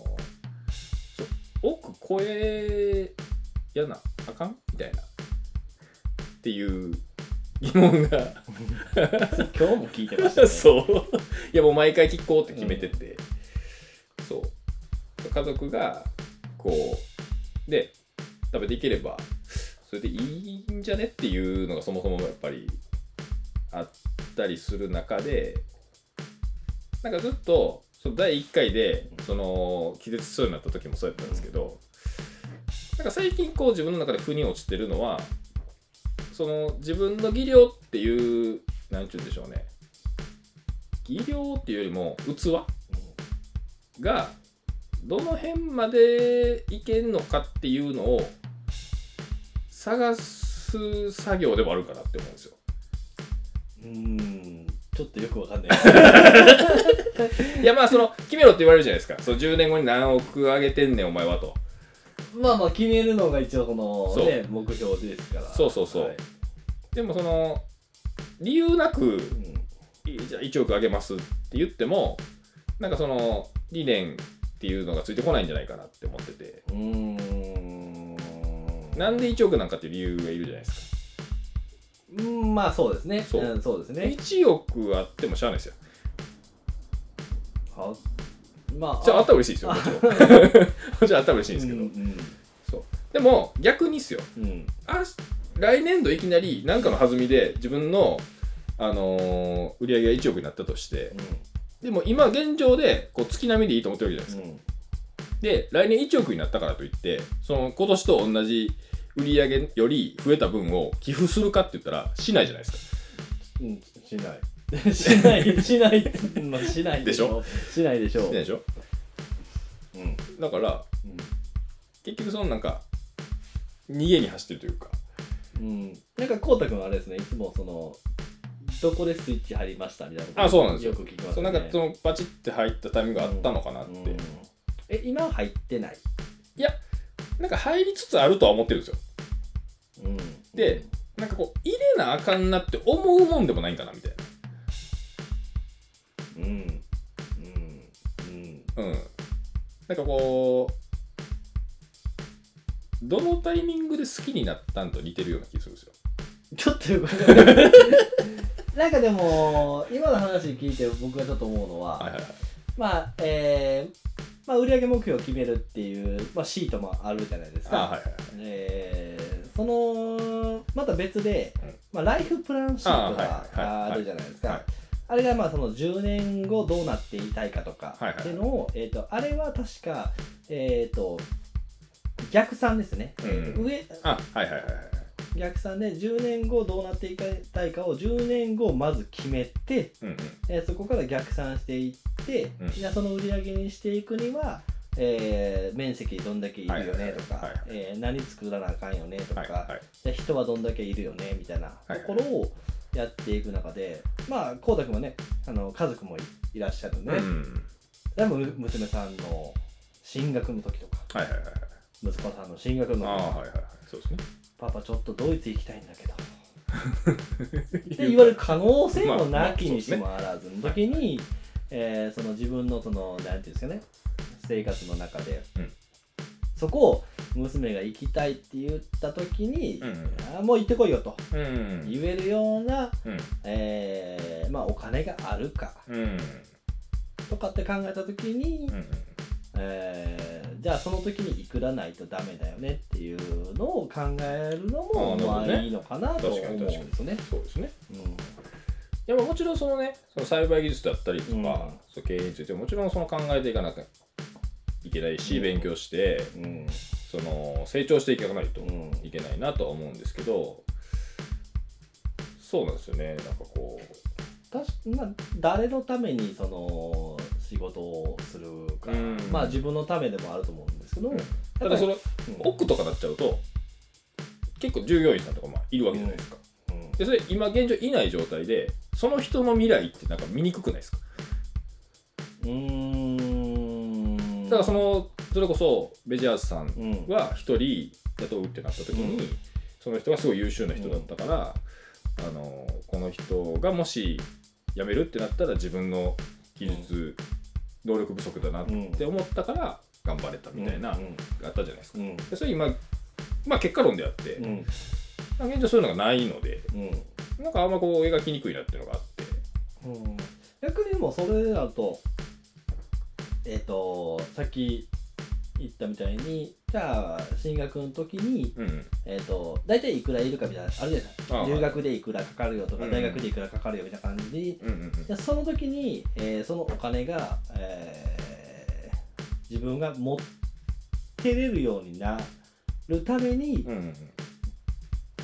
億超えやなあかんみたいなっていう疑問が今日も聞いてましたね。 そういやもう毎回聞こうって決めてて、うん、そう家族がこうで食べていければそれでいいんじゃねっていうのがそもそもやっぱりあったりする中で、なんかずっとそのだいいっかいでその気絶しそうになった時もそうやったんですけど、なんか最近こう自分の中で腑に落ちてるのは、その自分の技量っていうなんて言うんでしょうね、技量っていうよりも器がどの辺までいけんのかっていうのを探す作業でもあるかなって思うんですよ。 うーんちょっとよくわかんないいやまあその決めろって言われるじゃないですか。そのじゅうねんごに何億上げてんねんお前はと。 まあまあ決めるのが一応この、ね、目標ですから。 そうそうそう、はい、でもその理由なく、うん、じゃあいちおく上げますって言ってもなんかその理念っていうのがついてこないんじゃないかなって思ってて、うーんなんでいちおくなんかっていう理由がいるじゃないですか。 うん、まあそうですね。そう、うん、そうですね。 いちおくあってもしゃあないですよ。 はまあ、 じゃああったら嬉しいですよもちろん。もちろんあったら嬉しいんですけど、うんうん、そうでも逆にっすよ、うん、あ来年度いきなり何かの弾みで自分の、あのー、売り上げがいちおくになったとして、うん、 でも今現状でこう月並みでいいと思ってるわけじゃないですか、うん、で来年いちおくになったからといってその今年と同じ売り上げより増えた分を寄付するかって言ったらしないじゃないですか。 うん、しないしないしない、まあ、しないでしょしないでしょしないでしょ、うん、だから、うん、結局そのなんか逃げに走ってるというか、 うん、なんかこうたくんはあれですね、いつもそのどこでスイッチ入りましたみたいなことあそうなんですよよく聞きますね。 そうなんかそのパチって入ったタイミングがあったのかなって、うんうん、 え今は入ってない？ いやなんか入りつつあるとは思ってるんですよ、うん、でなんかこう入れなあかんなって思うもんでもないんかなみたいな。うんうんうんうん。なんかこうどのタイミングで好きになったんと似てるような気がするんですよ。 ちょっとよくわかんない。なんかでも今の話聞いて僕がちょっと思うのは、はいはいはい、まあえーまあ、売上目標を決めるっていう、まあ、シートもあるじゃないですか。あ、はいはいはい、えー、そのまた別で、うんまあ、ライフプランシートがあるじゃないですか。はいはいはいはい、あれがまあそのじゅうねんごどうなっていたいかとかっていうのを、はいはいえー、とあれは確か、えー、と逆算ですね。うん、上あ、はいはいはいはい逆算でじゅうねんごどうなっていきたいかをじゅうねんごまず決めて、うんうんえー、そこから逆算していって、うん、じゃあその売り上げにしていくには、えー、面積どんだけいるよねとか、えー、何作らなあかんよねとか、はいはい、じゃあ人はどんだけいるよねみたいなところをやっていく中で、まあこうたくんはねあの家族も い, いらっしゃるんでね、うん、でも娘さんの進学の時とか、はいはいはい、息子さんの進学の時とか、あ、はいはいはい、そうですねパパちょっとドイツ行きたいんだけどって言われる可能性もなきにしもあらずの時に、まあえー、その自分のそのなんていうんですかね生活の中で、うん、そこを娘が行きたいって言った時に、うん、あもう行ってこいよと、うん、言えるような、うんえーまあ、お金があるか、うん、とかって考えた時に、うんえー、じゃあその時にいくらないとダメだよねっていうのを考えるのもまあいいのかなと思うんですよね。 そうですね。うん、いやもちろんそのね、その栽培技術だったりとか、うん、その経営についてもちろんその考えていかなきゃいけないし、うん、勉強して、うん、その成長していかないといけないなとは思うんですけど、そうなんですよね。なんかこう。 確かまあ、誰のためにその仕事をするか、うん、まあ自分のためでもあると思うんですけど、うん、 ただその、うん、奥とかなっちゃうと結構従業員さんとかまあいるわけじゃないですか、うんうん、でそれ今現状いない状態でその人の未来ってなんか見にくくないですか？うーんだからそのそれこそベジャーズさんは一人雇うってなった時に、うん、その人がすごい優秀な人だったから、うん、あのこの人がもし辞めるってなったら自分の技術、うん、能力不足だなって思ったから頑張れたみたいな、うん、があったじゃないですか、うん、でそれ今、まあ、結果論であって、うん、現状そういうのがないので、うん、なんかあんまこう描きにくいなっていうのがあって、 うん、逆にもうそれだとえっ、ー、とさっき言ったみたいにじゃあ進学の時に、うん、えーと大体いくらいるかみたいなあるじゃないですか。留学でいくらかかるよとか、うん、大学でいくらかかるよみたいな感じで、うんうんうん、その時に、えー、そのお金が、えー、自分が持ってれるようになるために、うんうんうん、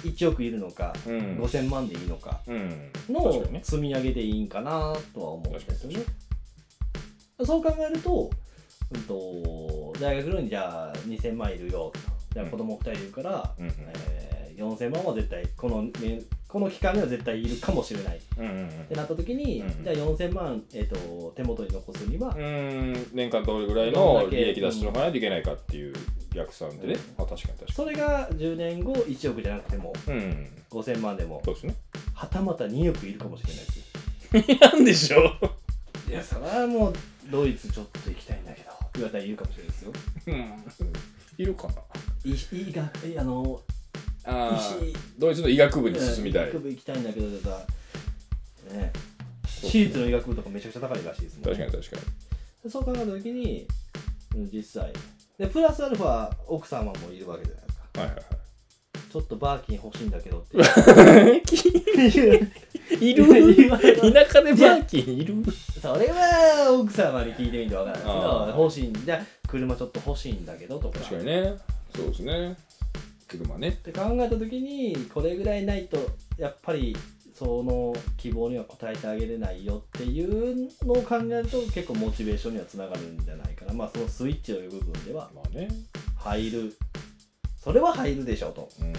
いちおくいるのか、うん、ごせんまんでいいのかの積み上げでいいんかなとは思うんですよね。そう考えるとうんと大学にじゃあにせんまんいるよとじゃあ子供ふたりいるから、うんえー、よんせんまんは絶対この、ね、この期間には絶対いるかもしれない、うんうんうん、ってなった時に、うんうん、じゃあよんせんまん、えー、と手元に残すにはうん年間どれぐらいの利益出しておかないといけないかっていう逆算でね、うん、あ確かに確かにそれがじゅうねんごいちおくじゃなくても、うん、ごせんまんでもそうですねはたまたにおくいるかもしれないですなんでしょういやそれはもうドイツちょっと行きたいんだけど言われたらいるかもしれないですよ、うん、 いるかな医学あのあドイツの医学部に進みたい、 医学部行きたいんだけどさ、ね、私立の医学部とかめちゃくちゃ高いらしいですもんね。 確かに確かにそう考えた時に実際でプラスアルファ奥様もいるわけじゃないですか。はいはいはい。ちょっとバーキン欲しいんだけどっていういる田舎でバーキンいるそれは奥様に聞いてみてわからないけどあ欲しいんじゃ車ちょっと欲しいんだけどとか確かにねそうですね車ねって考えた時にこれぐらいないとやっぱりその希望には応えてあげれないよっていうのを考えると結構モチベーションにはつながるんじゃないかなまあそのスイッチという部分ではまあね入るそれは入るでしょうとうん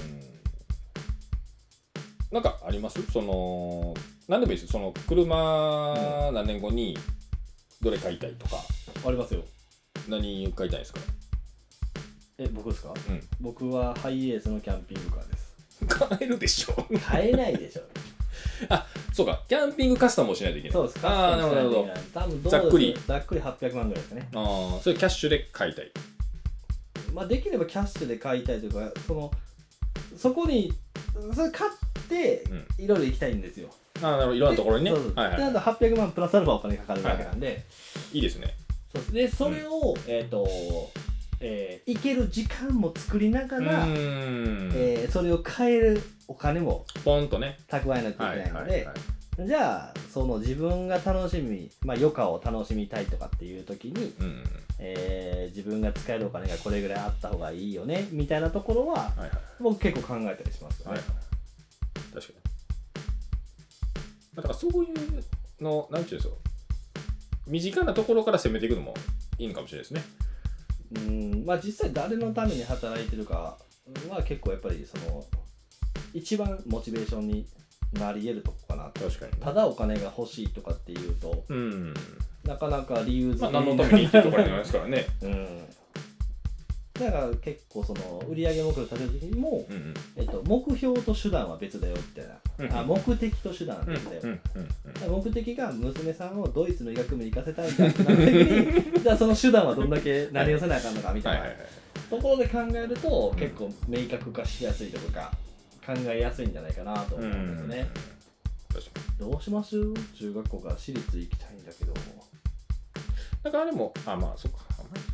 なんかありますその何でもいいですその車何年後にどれ買いたいとかありますよ何買いたいですかえ僕ですか、 うん、 僕はハイエースのキャンピングカーです買えるでしょ買えないでしょあそうかキャンピングカスタムをしないといけないそうですああなるほどなるほど多分どうざっくりざっくりはっぴゃくまんぐらいですかねああそれキャッシュで買いたいまあできればキャッシュで買いたいというかそのそこにそれ買っていろいろ行きたいんですよ、 うん、ああなるほどいろんなところにねそうそうはいはいであとはっぴゃくまんプラスアルファお金かかるわけなんで、はい、 いいですねそうでそれを、うん、えっ、ー、とえー、行ける時間も作りながら、えー、それを買えるお金もポンとね蓄えなきゃいけないので、 はいはいはい、 じゃあその自分が楽しみ、まあ、余暇を楽しみたいとかっていう時に、うん、えー、自分が使えるお金がこれぐらいあった方がいいよねみたいなところは、はいはい、僕結構考えたりしますよね、はいはい、 確かにだからそういうのなんていうんですか身近なところから攻めていくのもいいのかもしれないですねうんまあ実際誰のために働いてるかは結構やっぱりその一番モチベーションになり得るとこかな。 確かに、ね、 ただお金が欲しいとかっていうと、うん、なかなか理由付け、 まあ、何のためにっていうところじゃないですからね、 うん、だから結構その売上目標を立てる時にも、うんうんえっと、目標と手段は別だよみたいな、うんうん、あ目的と手段は別だよ、うんうんうん、目的が娘さんをドイツの医学部に行かせたいんだってなった時にじゃあその手段はどんだけ何をせなあかんのかみたいな、はいはいはいはい、ところで考えると結構明確化しやすいというか考えやすいんじゃないかなと思うんですね、うん、確かにどうします中学校から私立行きたいんだけどだからあれもあまあそっかあんまり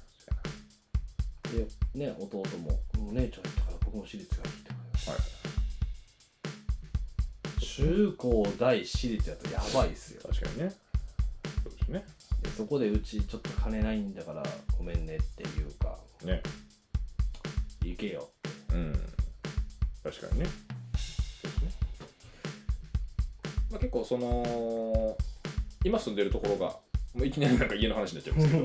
でね弟もお姉ちゃん行ったから僕も私立がいいと思います、はい、中高大私立やとやばいっすよ確かにねそうですねでそこでうちちょっと金ないんだからごめんねっていうかね行けようん確かにねそうですね、まあ、結構その今住んでるところがもういきなりなんか家の話になっちゃいますけど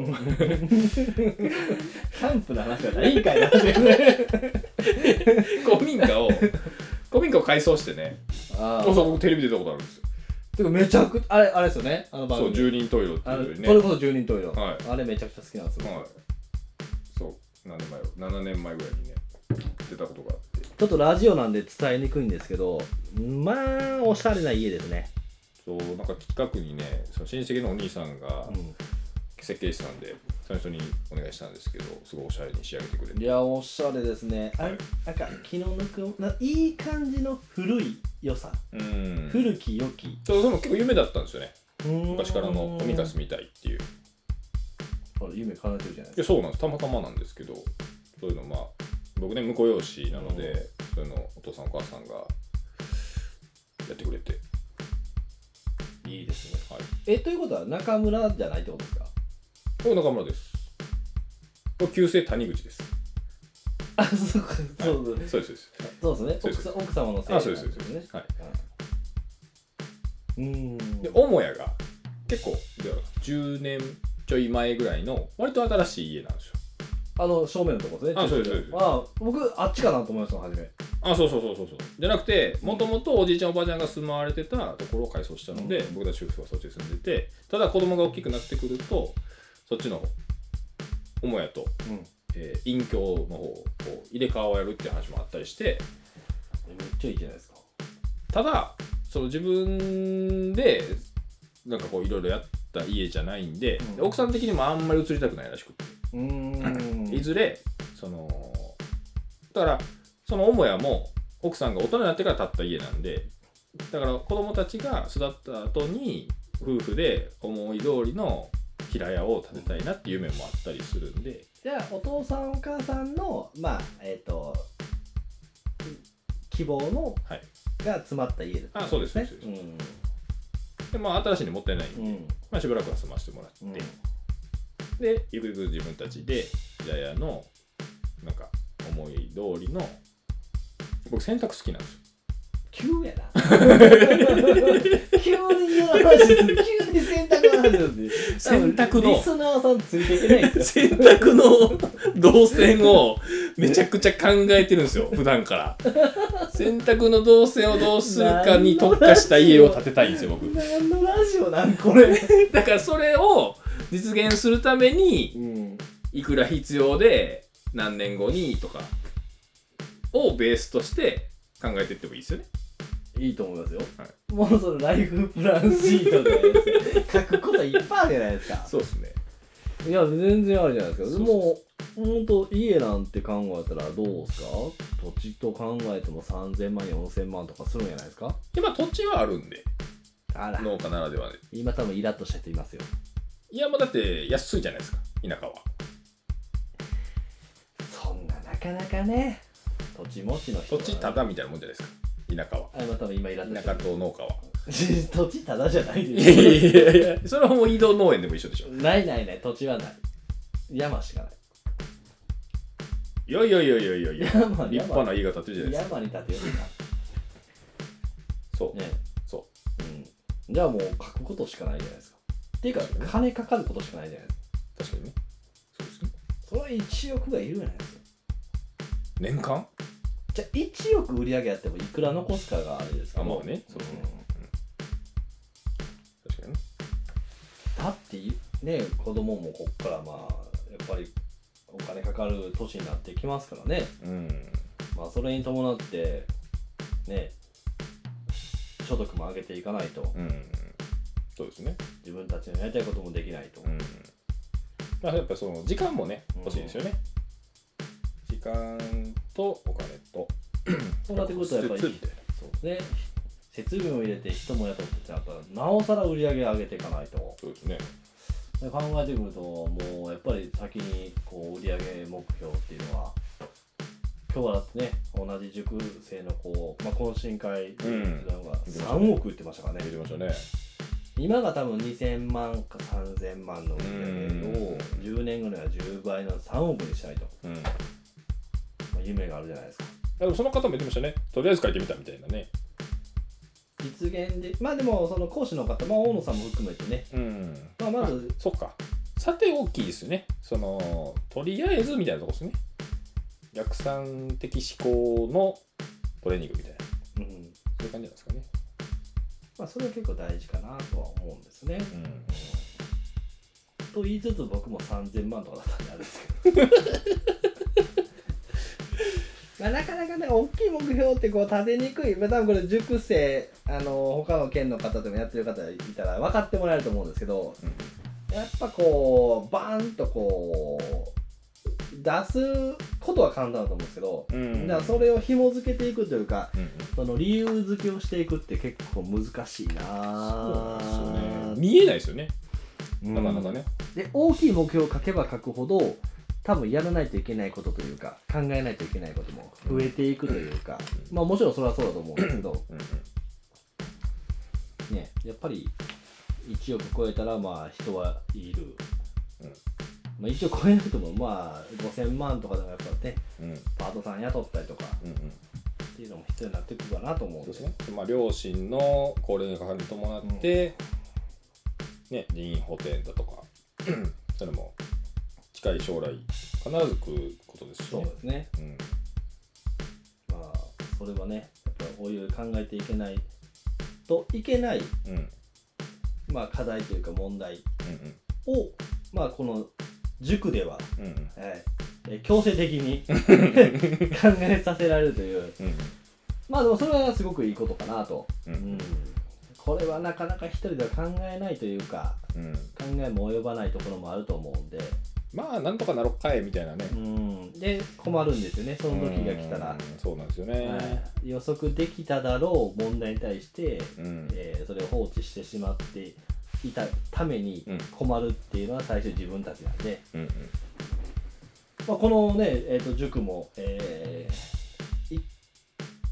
キャンプの話はないんかいなって古民家を古民家を改装してねあそう僕テレビ出たことあるんですよてかめちゃくあれあれですよねあの番組そう住人トイレっていうねそれこそ住人トイレ、 はい、あれめちゃくちゃ好きなんですよ、はい、 そう何年前ななねんまえぐらいにね出たことがあってちょっとラジオなんで伝えにくいんですけどまあおしゃれな家ですねそうなんか近くにねその親戚のお兄さんが設計士さんで、うん、その人にお願いしたんですけどすごいおしゃれに仕上げてくれていやおしゃれですね、はい、あなんか気の抜くないい感じの古い良さうん古き良きそうでも結構夢だったんですよね昔からの古民家住みたいっていうあれ夢叶えてるじゃないですかいやそうなんですたまたまなんですけどそういうのまあ僕ね婿養子なのでそういうのお父さんお母さんがやってくれていいですね、はい、えということは中村じゃないってことですかこれ中村ですこれ旧姓谷口ですあそうかそうそう、 はい、そうですそうですね奥さ奥様の姓なんですよねそうですはい、 うん、うんで母屋が結構じゅうねんちょい前ぐらいの割と新しい家なんですよあの正面のとこですねあそうですそうですあ僕あっちかなと思いました初めあそうそうそうそうそうじゃなくてもともとおじいちゃんおばあちゃんが住まわれてたところを改装したので、うん、僕たち夫婦はそっちに住んでてただ子供が大きくなってくるとそっちの母屋と、うんえー、隠居の方を入れ替わるっていう話もあったりしてめっちゃいいじゃないですかただその自分でなんかこういろいろやった家じゃないんで、うん、奥さん的にもあんまり移りたくないらしくてうーんいずれそのだからその母屋も奥さんが大人になってから建った家なんでだから子供たちが育った後に夫婦で思い通りの平屋を建てたいなっていう夢もあったりするんでじゃあお父さんお母さんのまあえっ、ー、と希望のが詰まった家だったんあそうですそうです、うん、でまあ新しいのもったいないんで、うんまあ、しばらくは済ませてもらって、うん、でゆくゆく自分たちでジャヤのなんか思い通りの僕洗濯好きなんですよ。 急やな急に言う話する急に洗濯の話です洗濯のリスナーさんついていけないですよ洗濯の動線をめちゃくちゃ考えてるんですよ普段から洗濯の動線をどうするかに特化した家を建てたいんですよ僕。 何のラジオなんこれだからそれを実現するためにいくら必要で何年後にとかをベースとして考えていってもいいですよね。 いいと思いますよ、はい、もうそのライフプランシートで書くこといっぱいあるじゃないですか。 そうですね。 いや全然あるじゃないですか。そうそうそう。もうほんと家なんて考えたらどうですか。土地と考えてもさんぜんまんよんせんまんとかするんじゃないですか。 今土地はあるんであら農家ならではで今多分イラッとした人いますよ。 いやもうだって安いじゃないですか田舎は。 そんななかなかね土地持ちの人は、ね、土地ただみたいなもんじゃないですか田舎は。 あ今多分今イラッと田舎と農家は土地ただじゃないですよ。いやいやいやそれはもう移動農園でも一緒でしょ。 ないないない土地はない山しかない。 いやいやいやいやいやいや立派な家が建てるじゃないですか。 山に建てるんだそうねそう、 うん、じゃあもう書くことしかないじゃないですか。っていうか金かかることしかないじゃないですか。 確かにね。そうですね。 それはいちおくがいるじゃないですか年間。 じゃあいちおく売り上げやってもいくら残すかがあれですか。 あまあねそうですね、うんうん、確かにね。 だってね子供もこっからまあやっぱりお金かかる年になってきますからね、うん、まあそれに伴ってね所得も上げていかないと、うん、 そうですね。 自分たちのやりたいこともできないと、うん、 まあやっぱりその時間もね欲しいですよね、うん、時間とお金とそうなってくるとやっぱりそうね設備も入れて人も雇ってやっぱなおさら売り上げ上げていかないと。 そうですね。 考えてくるともうやっぱり先にこう売上目標っていうのは今日はだってね同じ塾生の子、まあ、懇親会っていうのがさんおく売ってましたからね。 売ってましたね。 今が多分にせんまんかさんぜんまんの売り上げをじゅうねんごにはじゅうばいのさんおくにしたいと、うんまあ、夢があるじゃないですか。 でもその方も言ってましたね。とりあえず書いてみたみたいなね。 実現でまあでもその講師の方、まあ、大野さんも含めてね、うんまあ、まずそっかさて大きいですね。そのとりあえずみたいなとこですね。逆算的思考のトレーニングみたいな、うん、そういう感じなんですかね。 まあそれは結構大事かなとは思うんですね、うんうん、と言いつつ僕もさんぜんまんとかだったんであれですけどまあなかなかね大きい目標ってこう立てにくい、まあ、多分これ塾生あの他の県の方でもやってる方いたら分かってもらえると思うんですけど、うん、やっぱこうバーンとこう出すことは簡単だと思うんですけど、うん、だからそれを紐付けていくというか、うん、その理由付けをしていくって結構難しいな。 そうですよね。見えないですよね、なかなかね。 で大きい目標を書けば書くほど多分やらないといけないことというか考えないといけないことも増えていくというか、うん、まあもちろんそれはそうだと思うんですけど、うんね、やっぱりいちおく超えたらまあ人はいる、うんまあ、一応超えなくてもまあごせんまんとかでもやっぱね、うん、パートさん雇ったりとか、うんうん、っていうのも必要になってくるかなと思うんですね。 まあ、両親の高齢化に伴って、うんね、人員補填だとかそれも近い将来必ず来ることですしね。 そうですね、うん、まあそれはねやっぱこういう考えていけないといけない、うんまあ、課題というか問題を、うんうん、まあこの塾では、うんうんえー、強制的に考えさせられるという、うん、まあでもそれはすごくいいことかなと、うんうん、これはなかなか一人では考えないというか、うん、考えも及ばないところもあると思うんでまあなんとかなろっかえみたいなね、 うん、で困るんですよねその時が来たら。 そうなんですよね、はい、 予測できただろう問題に対して、うんえー、それを放置してしまっていたために困るっていうのは最初自分たちなんで、うんうんまあ、このね、えー、と塾も、えー、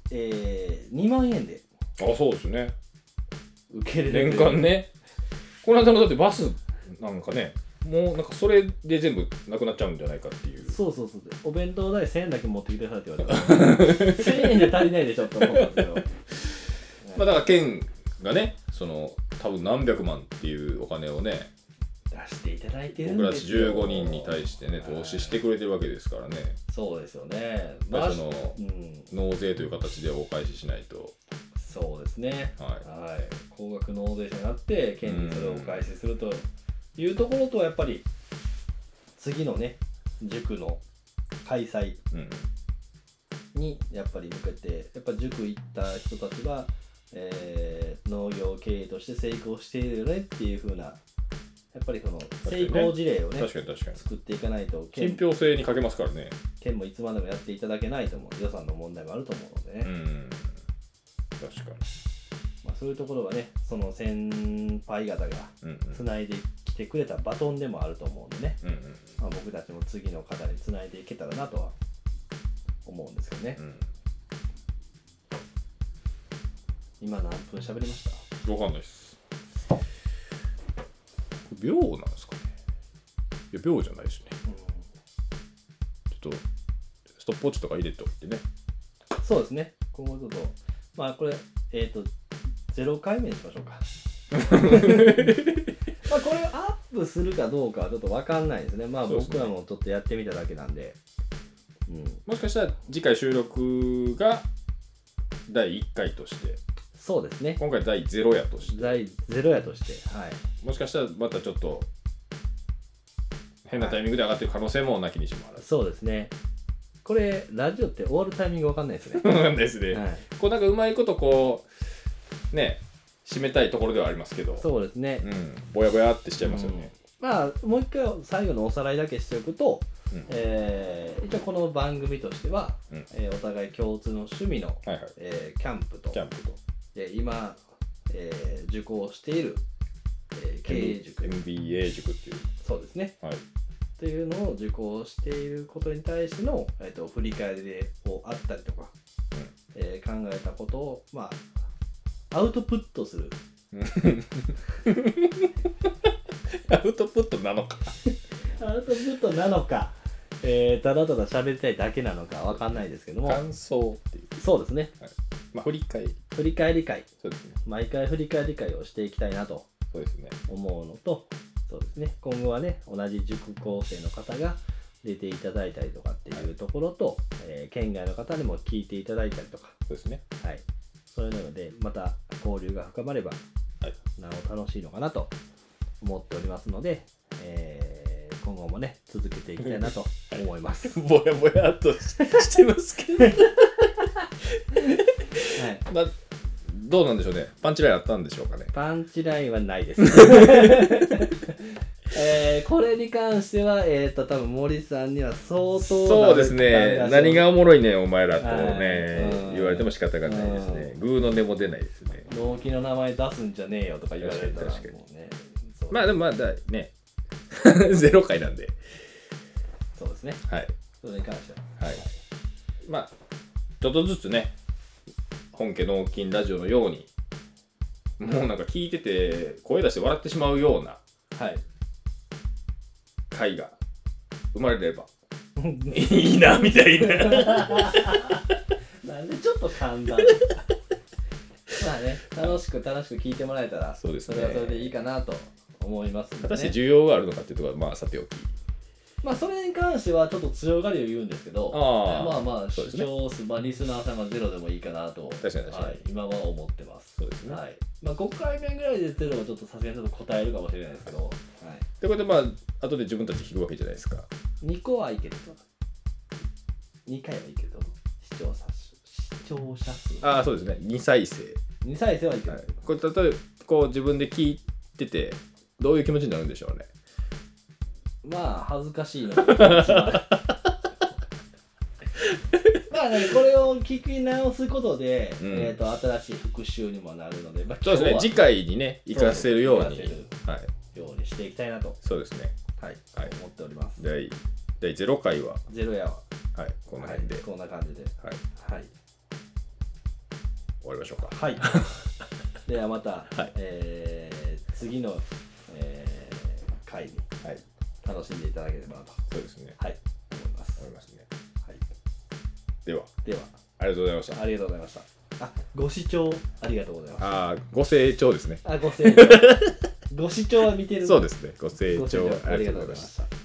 えー、にまんえんであ、そうですね。 受けれる。 年間ね。この間のだってバスなんかね、もうなんかそれで全部なくなっちゃうんじゃないかっていう。 そうそうそう。お弁当代せんえんだけ持ってきてくださいって言われてせんえんじゃ足りないでしょって思ったんですけどまあだから県がね、その多分何百万っていうお金をね出していただいてるん僕らですよ。 じゅうごにんに対してね投資してくれてるわけですからね。 そうですよね。 まあその、 うん、 納税という形でお返ししないと。 そうですね。 はい。 はい、高額納税者になって県にそれをお返しするというところと、やっぱり次のね塾の開催にやっぱり向けて、やっぱ塾行った人たちは、えー、農業経営として成功しているよねっていう風な、やっぱりこの成功事例をね、 確かに確かに作っていかないと信憑性に欠けますからね。 県もいつまでもやっていただけないと思う。予算の問題もあると思うのでね、 うん、確かに。 まあ、そういうところはね、その先輩方がつないできてくれたバトンでもあると思うんでね、 うんうんまあ、僕たちも次の方につないでいけたらなとは思うんですけどね、うん、今何分喋りました？ わかんないです。秒なんですかね。いや秒じゃないですね、うん、ちょっとストップウォッチとか入れておいてね。 そうですね。今後ちょっとまあこれえっ、ー、とゼロかいめにしましょうかまあこれをアップするかどうかはちょっと分かんないですね。まあ僕らもちょっとやってみただけなんで、 うん、もしかしたら次回収録がだいいっかいとして、 そうですね、 今回だいゼロやとしてだいゼロやとして、はい、 もしかしたらまたちょっと変なタイミングで上がってる可能性もなきにしもあらず、はい、 そうですね。これラジオって終わるタイミング分かんないですね。 そうなんですね、 はい、 こうなんかうまいことこうね締めたいところではありますけど、 そうですね、 うん、ぼやぼやってしちゃいますよね、 うん、まあもう一回最後のおさらいだけしておくと、うん、えー、一応この番組としては、うん、えー、お互い共通の趣味の、はいはい、えー、キャンプとキャンプとで今、えー、受講している、えー、経営塾エムビーエー 塾っていう、 そうですね、はい、っていうのを受講していることに対しての、えー、と振り返りでをあったりとか、うん、えー、考えたことをまあアウトプットするアウトプットなのかアウトプットなのか、えー、ただただ喋りたいだけなのかわかんないですけども、 感想っていう、 そうですね、はい、 まあ、振り返り振り返り会、 そうですね、 毎回振り返り会をしていきたいなとそうですね思うのと、そうですね、今後はね同じ塾講生の方が出ていただいたりとかっていうところと、はい、えー、県外の方にも聞いていただいたりとか、 そうですね、 はい、そういうのでまた交流が深まれば、はい、なお楽しいのかなと思っておりますので、えー、今後もね続けていきたいなと思いますぼやぼやっとしてますけどはい、まあ、どうなんでしょうね。パンチラインあったんでしょうかね。 パンチラインはないですえー、これに関しては、えーと、多分森さんには相当そうですね、何がおもろいねんお前らとね、言われても仕方がないですね。グーの音も出ないですね。 納期の名前出すんじゃねえよとか言われたらもうね、 まあでもまあだねゼロ回なんで、 そうですね、 はい、 それに関しては、 はい、まあちょっとずつね本家納金ラジオのようにもうなんか聞いてて声出して笑ってしまうような、はい、回が生まれればいいなみたいななんでちょっと簡単ですかまあね、楽しく楽しく聞いてもらえたら、そうですね、それはそれでいいかなと思いますので、ね、 果たして需要があるのかっていうところはまあさておき、 まあそれに関してはちょっと強がりを言うんですけど、あまあまあ視聴数、ね、まあリスナーさんがゼロでもいいかなと、確かに確かに、はい、今は思ってます。そうですね。はい。まあごかいめぐらいでゼロはちょっとさすがにちょっと答えるかもしれないですけど、はい。 ってことでまあ後で自分たち聞くわけじゃないですか。 にこはいけると。にかいはいけると。視聴者数。視聴者数。 ああそうですね。にさいせい。 にさいせいはいける。はい、 これ例えばこう自分で聞いててどういう気持ちになるんでしょうね。 まあ恥ずかしいのが一番まあね、これを聞き直すことで、うん、えーと新しい復習にもなるので、まあ、 そうですね、次回にね活かせるように、はい、 ようにしていきたいなと、 そうですね、 はいはい、思っております。 第第ゼロかいはゼロやわ、 はい、この辺で、 はい、こんな感じで、 はい、はい、 終わりましょうか。 はいではまた、 はい、 えー、次の、えー、回に楽しんでいただければと、 そうですね、 はい、思います思いますね。 はい、 ではではありがとうございました。 ありがとうございました。あ、ご視聴ありがとうございました。 あ、ご清聴ですね。 あ、ご清聴ご視聴は見てる。 そうですね、ご清聴ありがとうございました。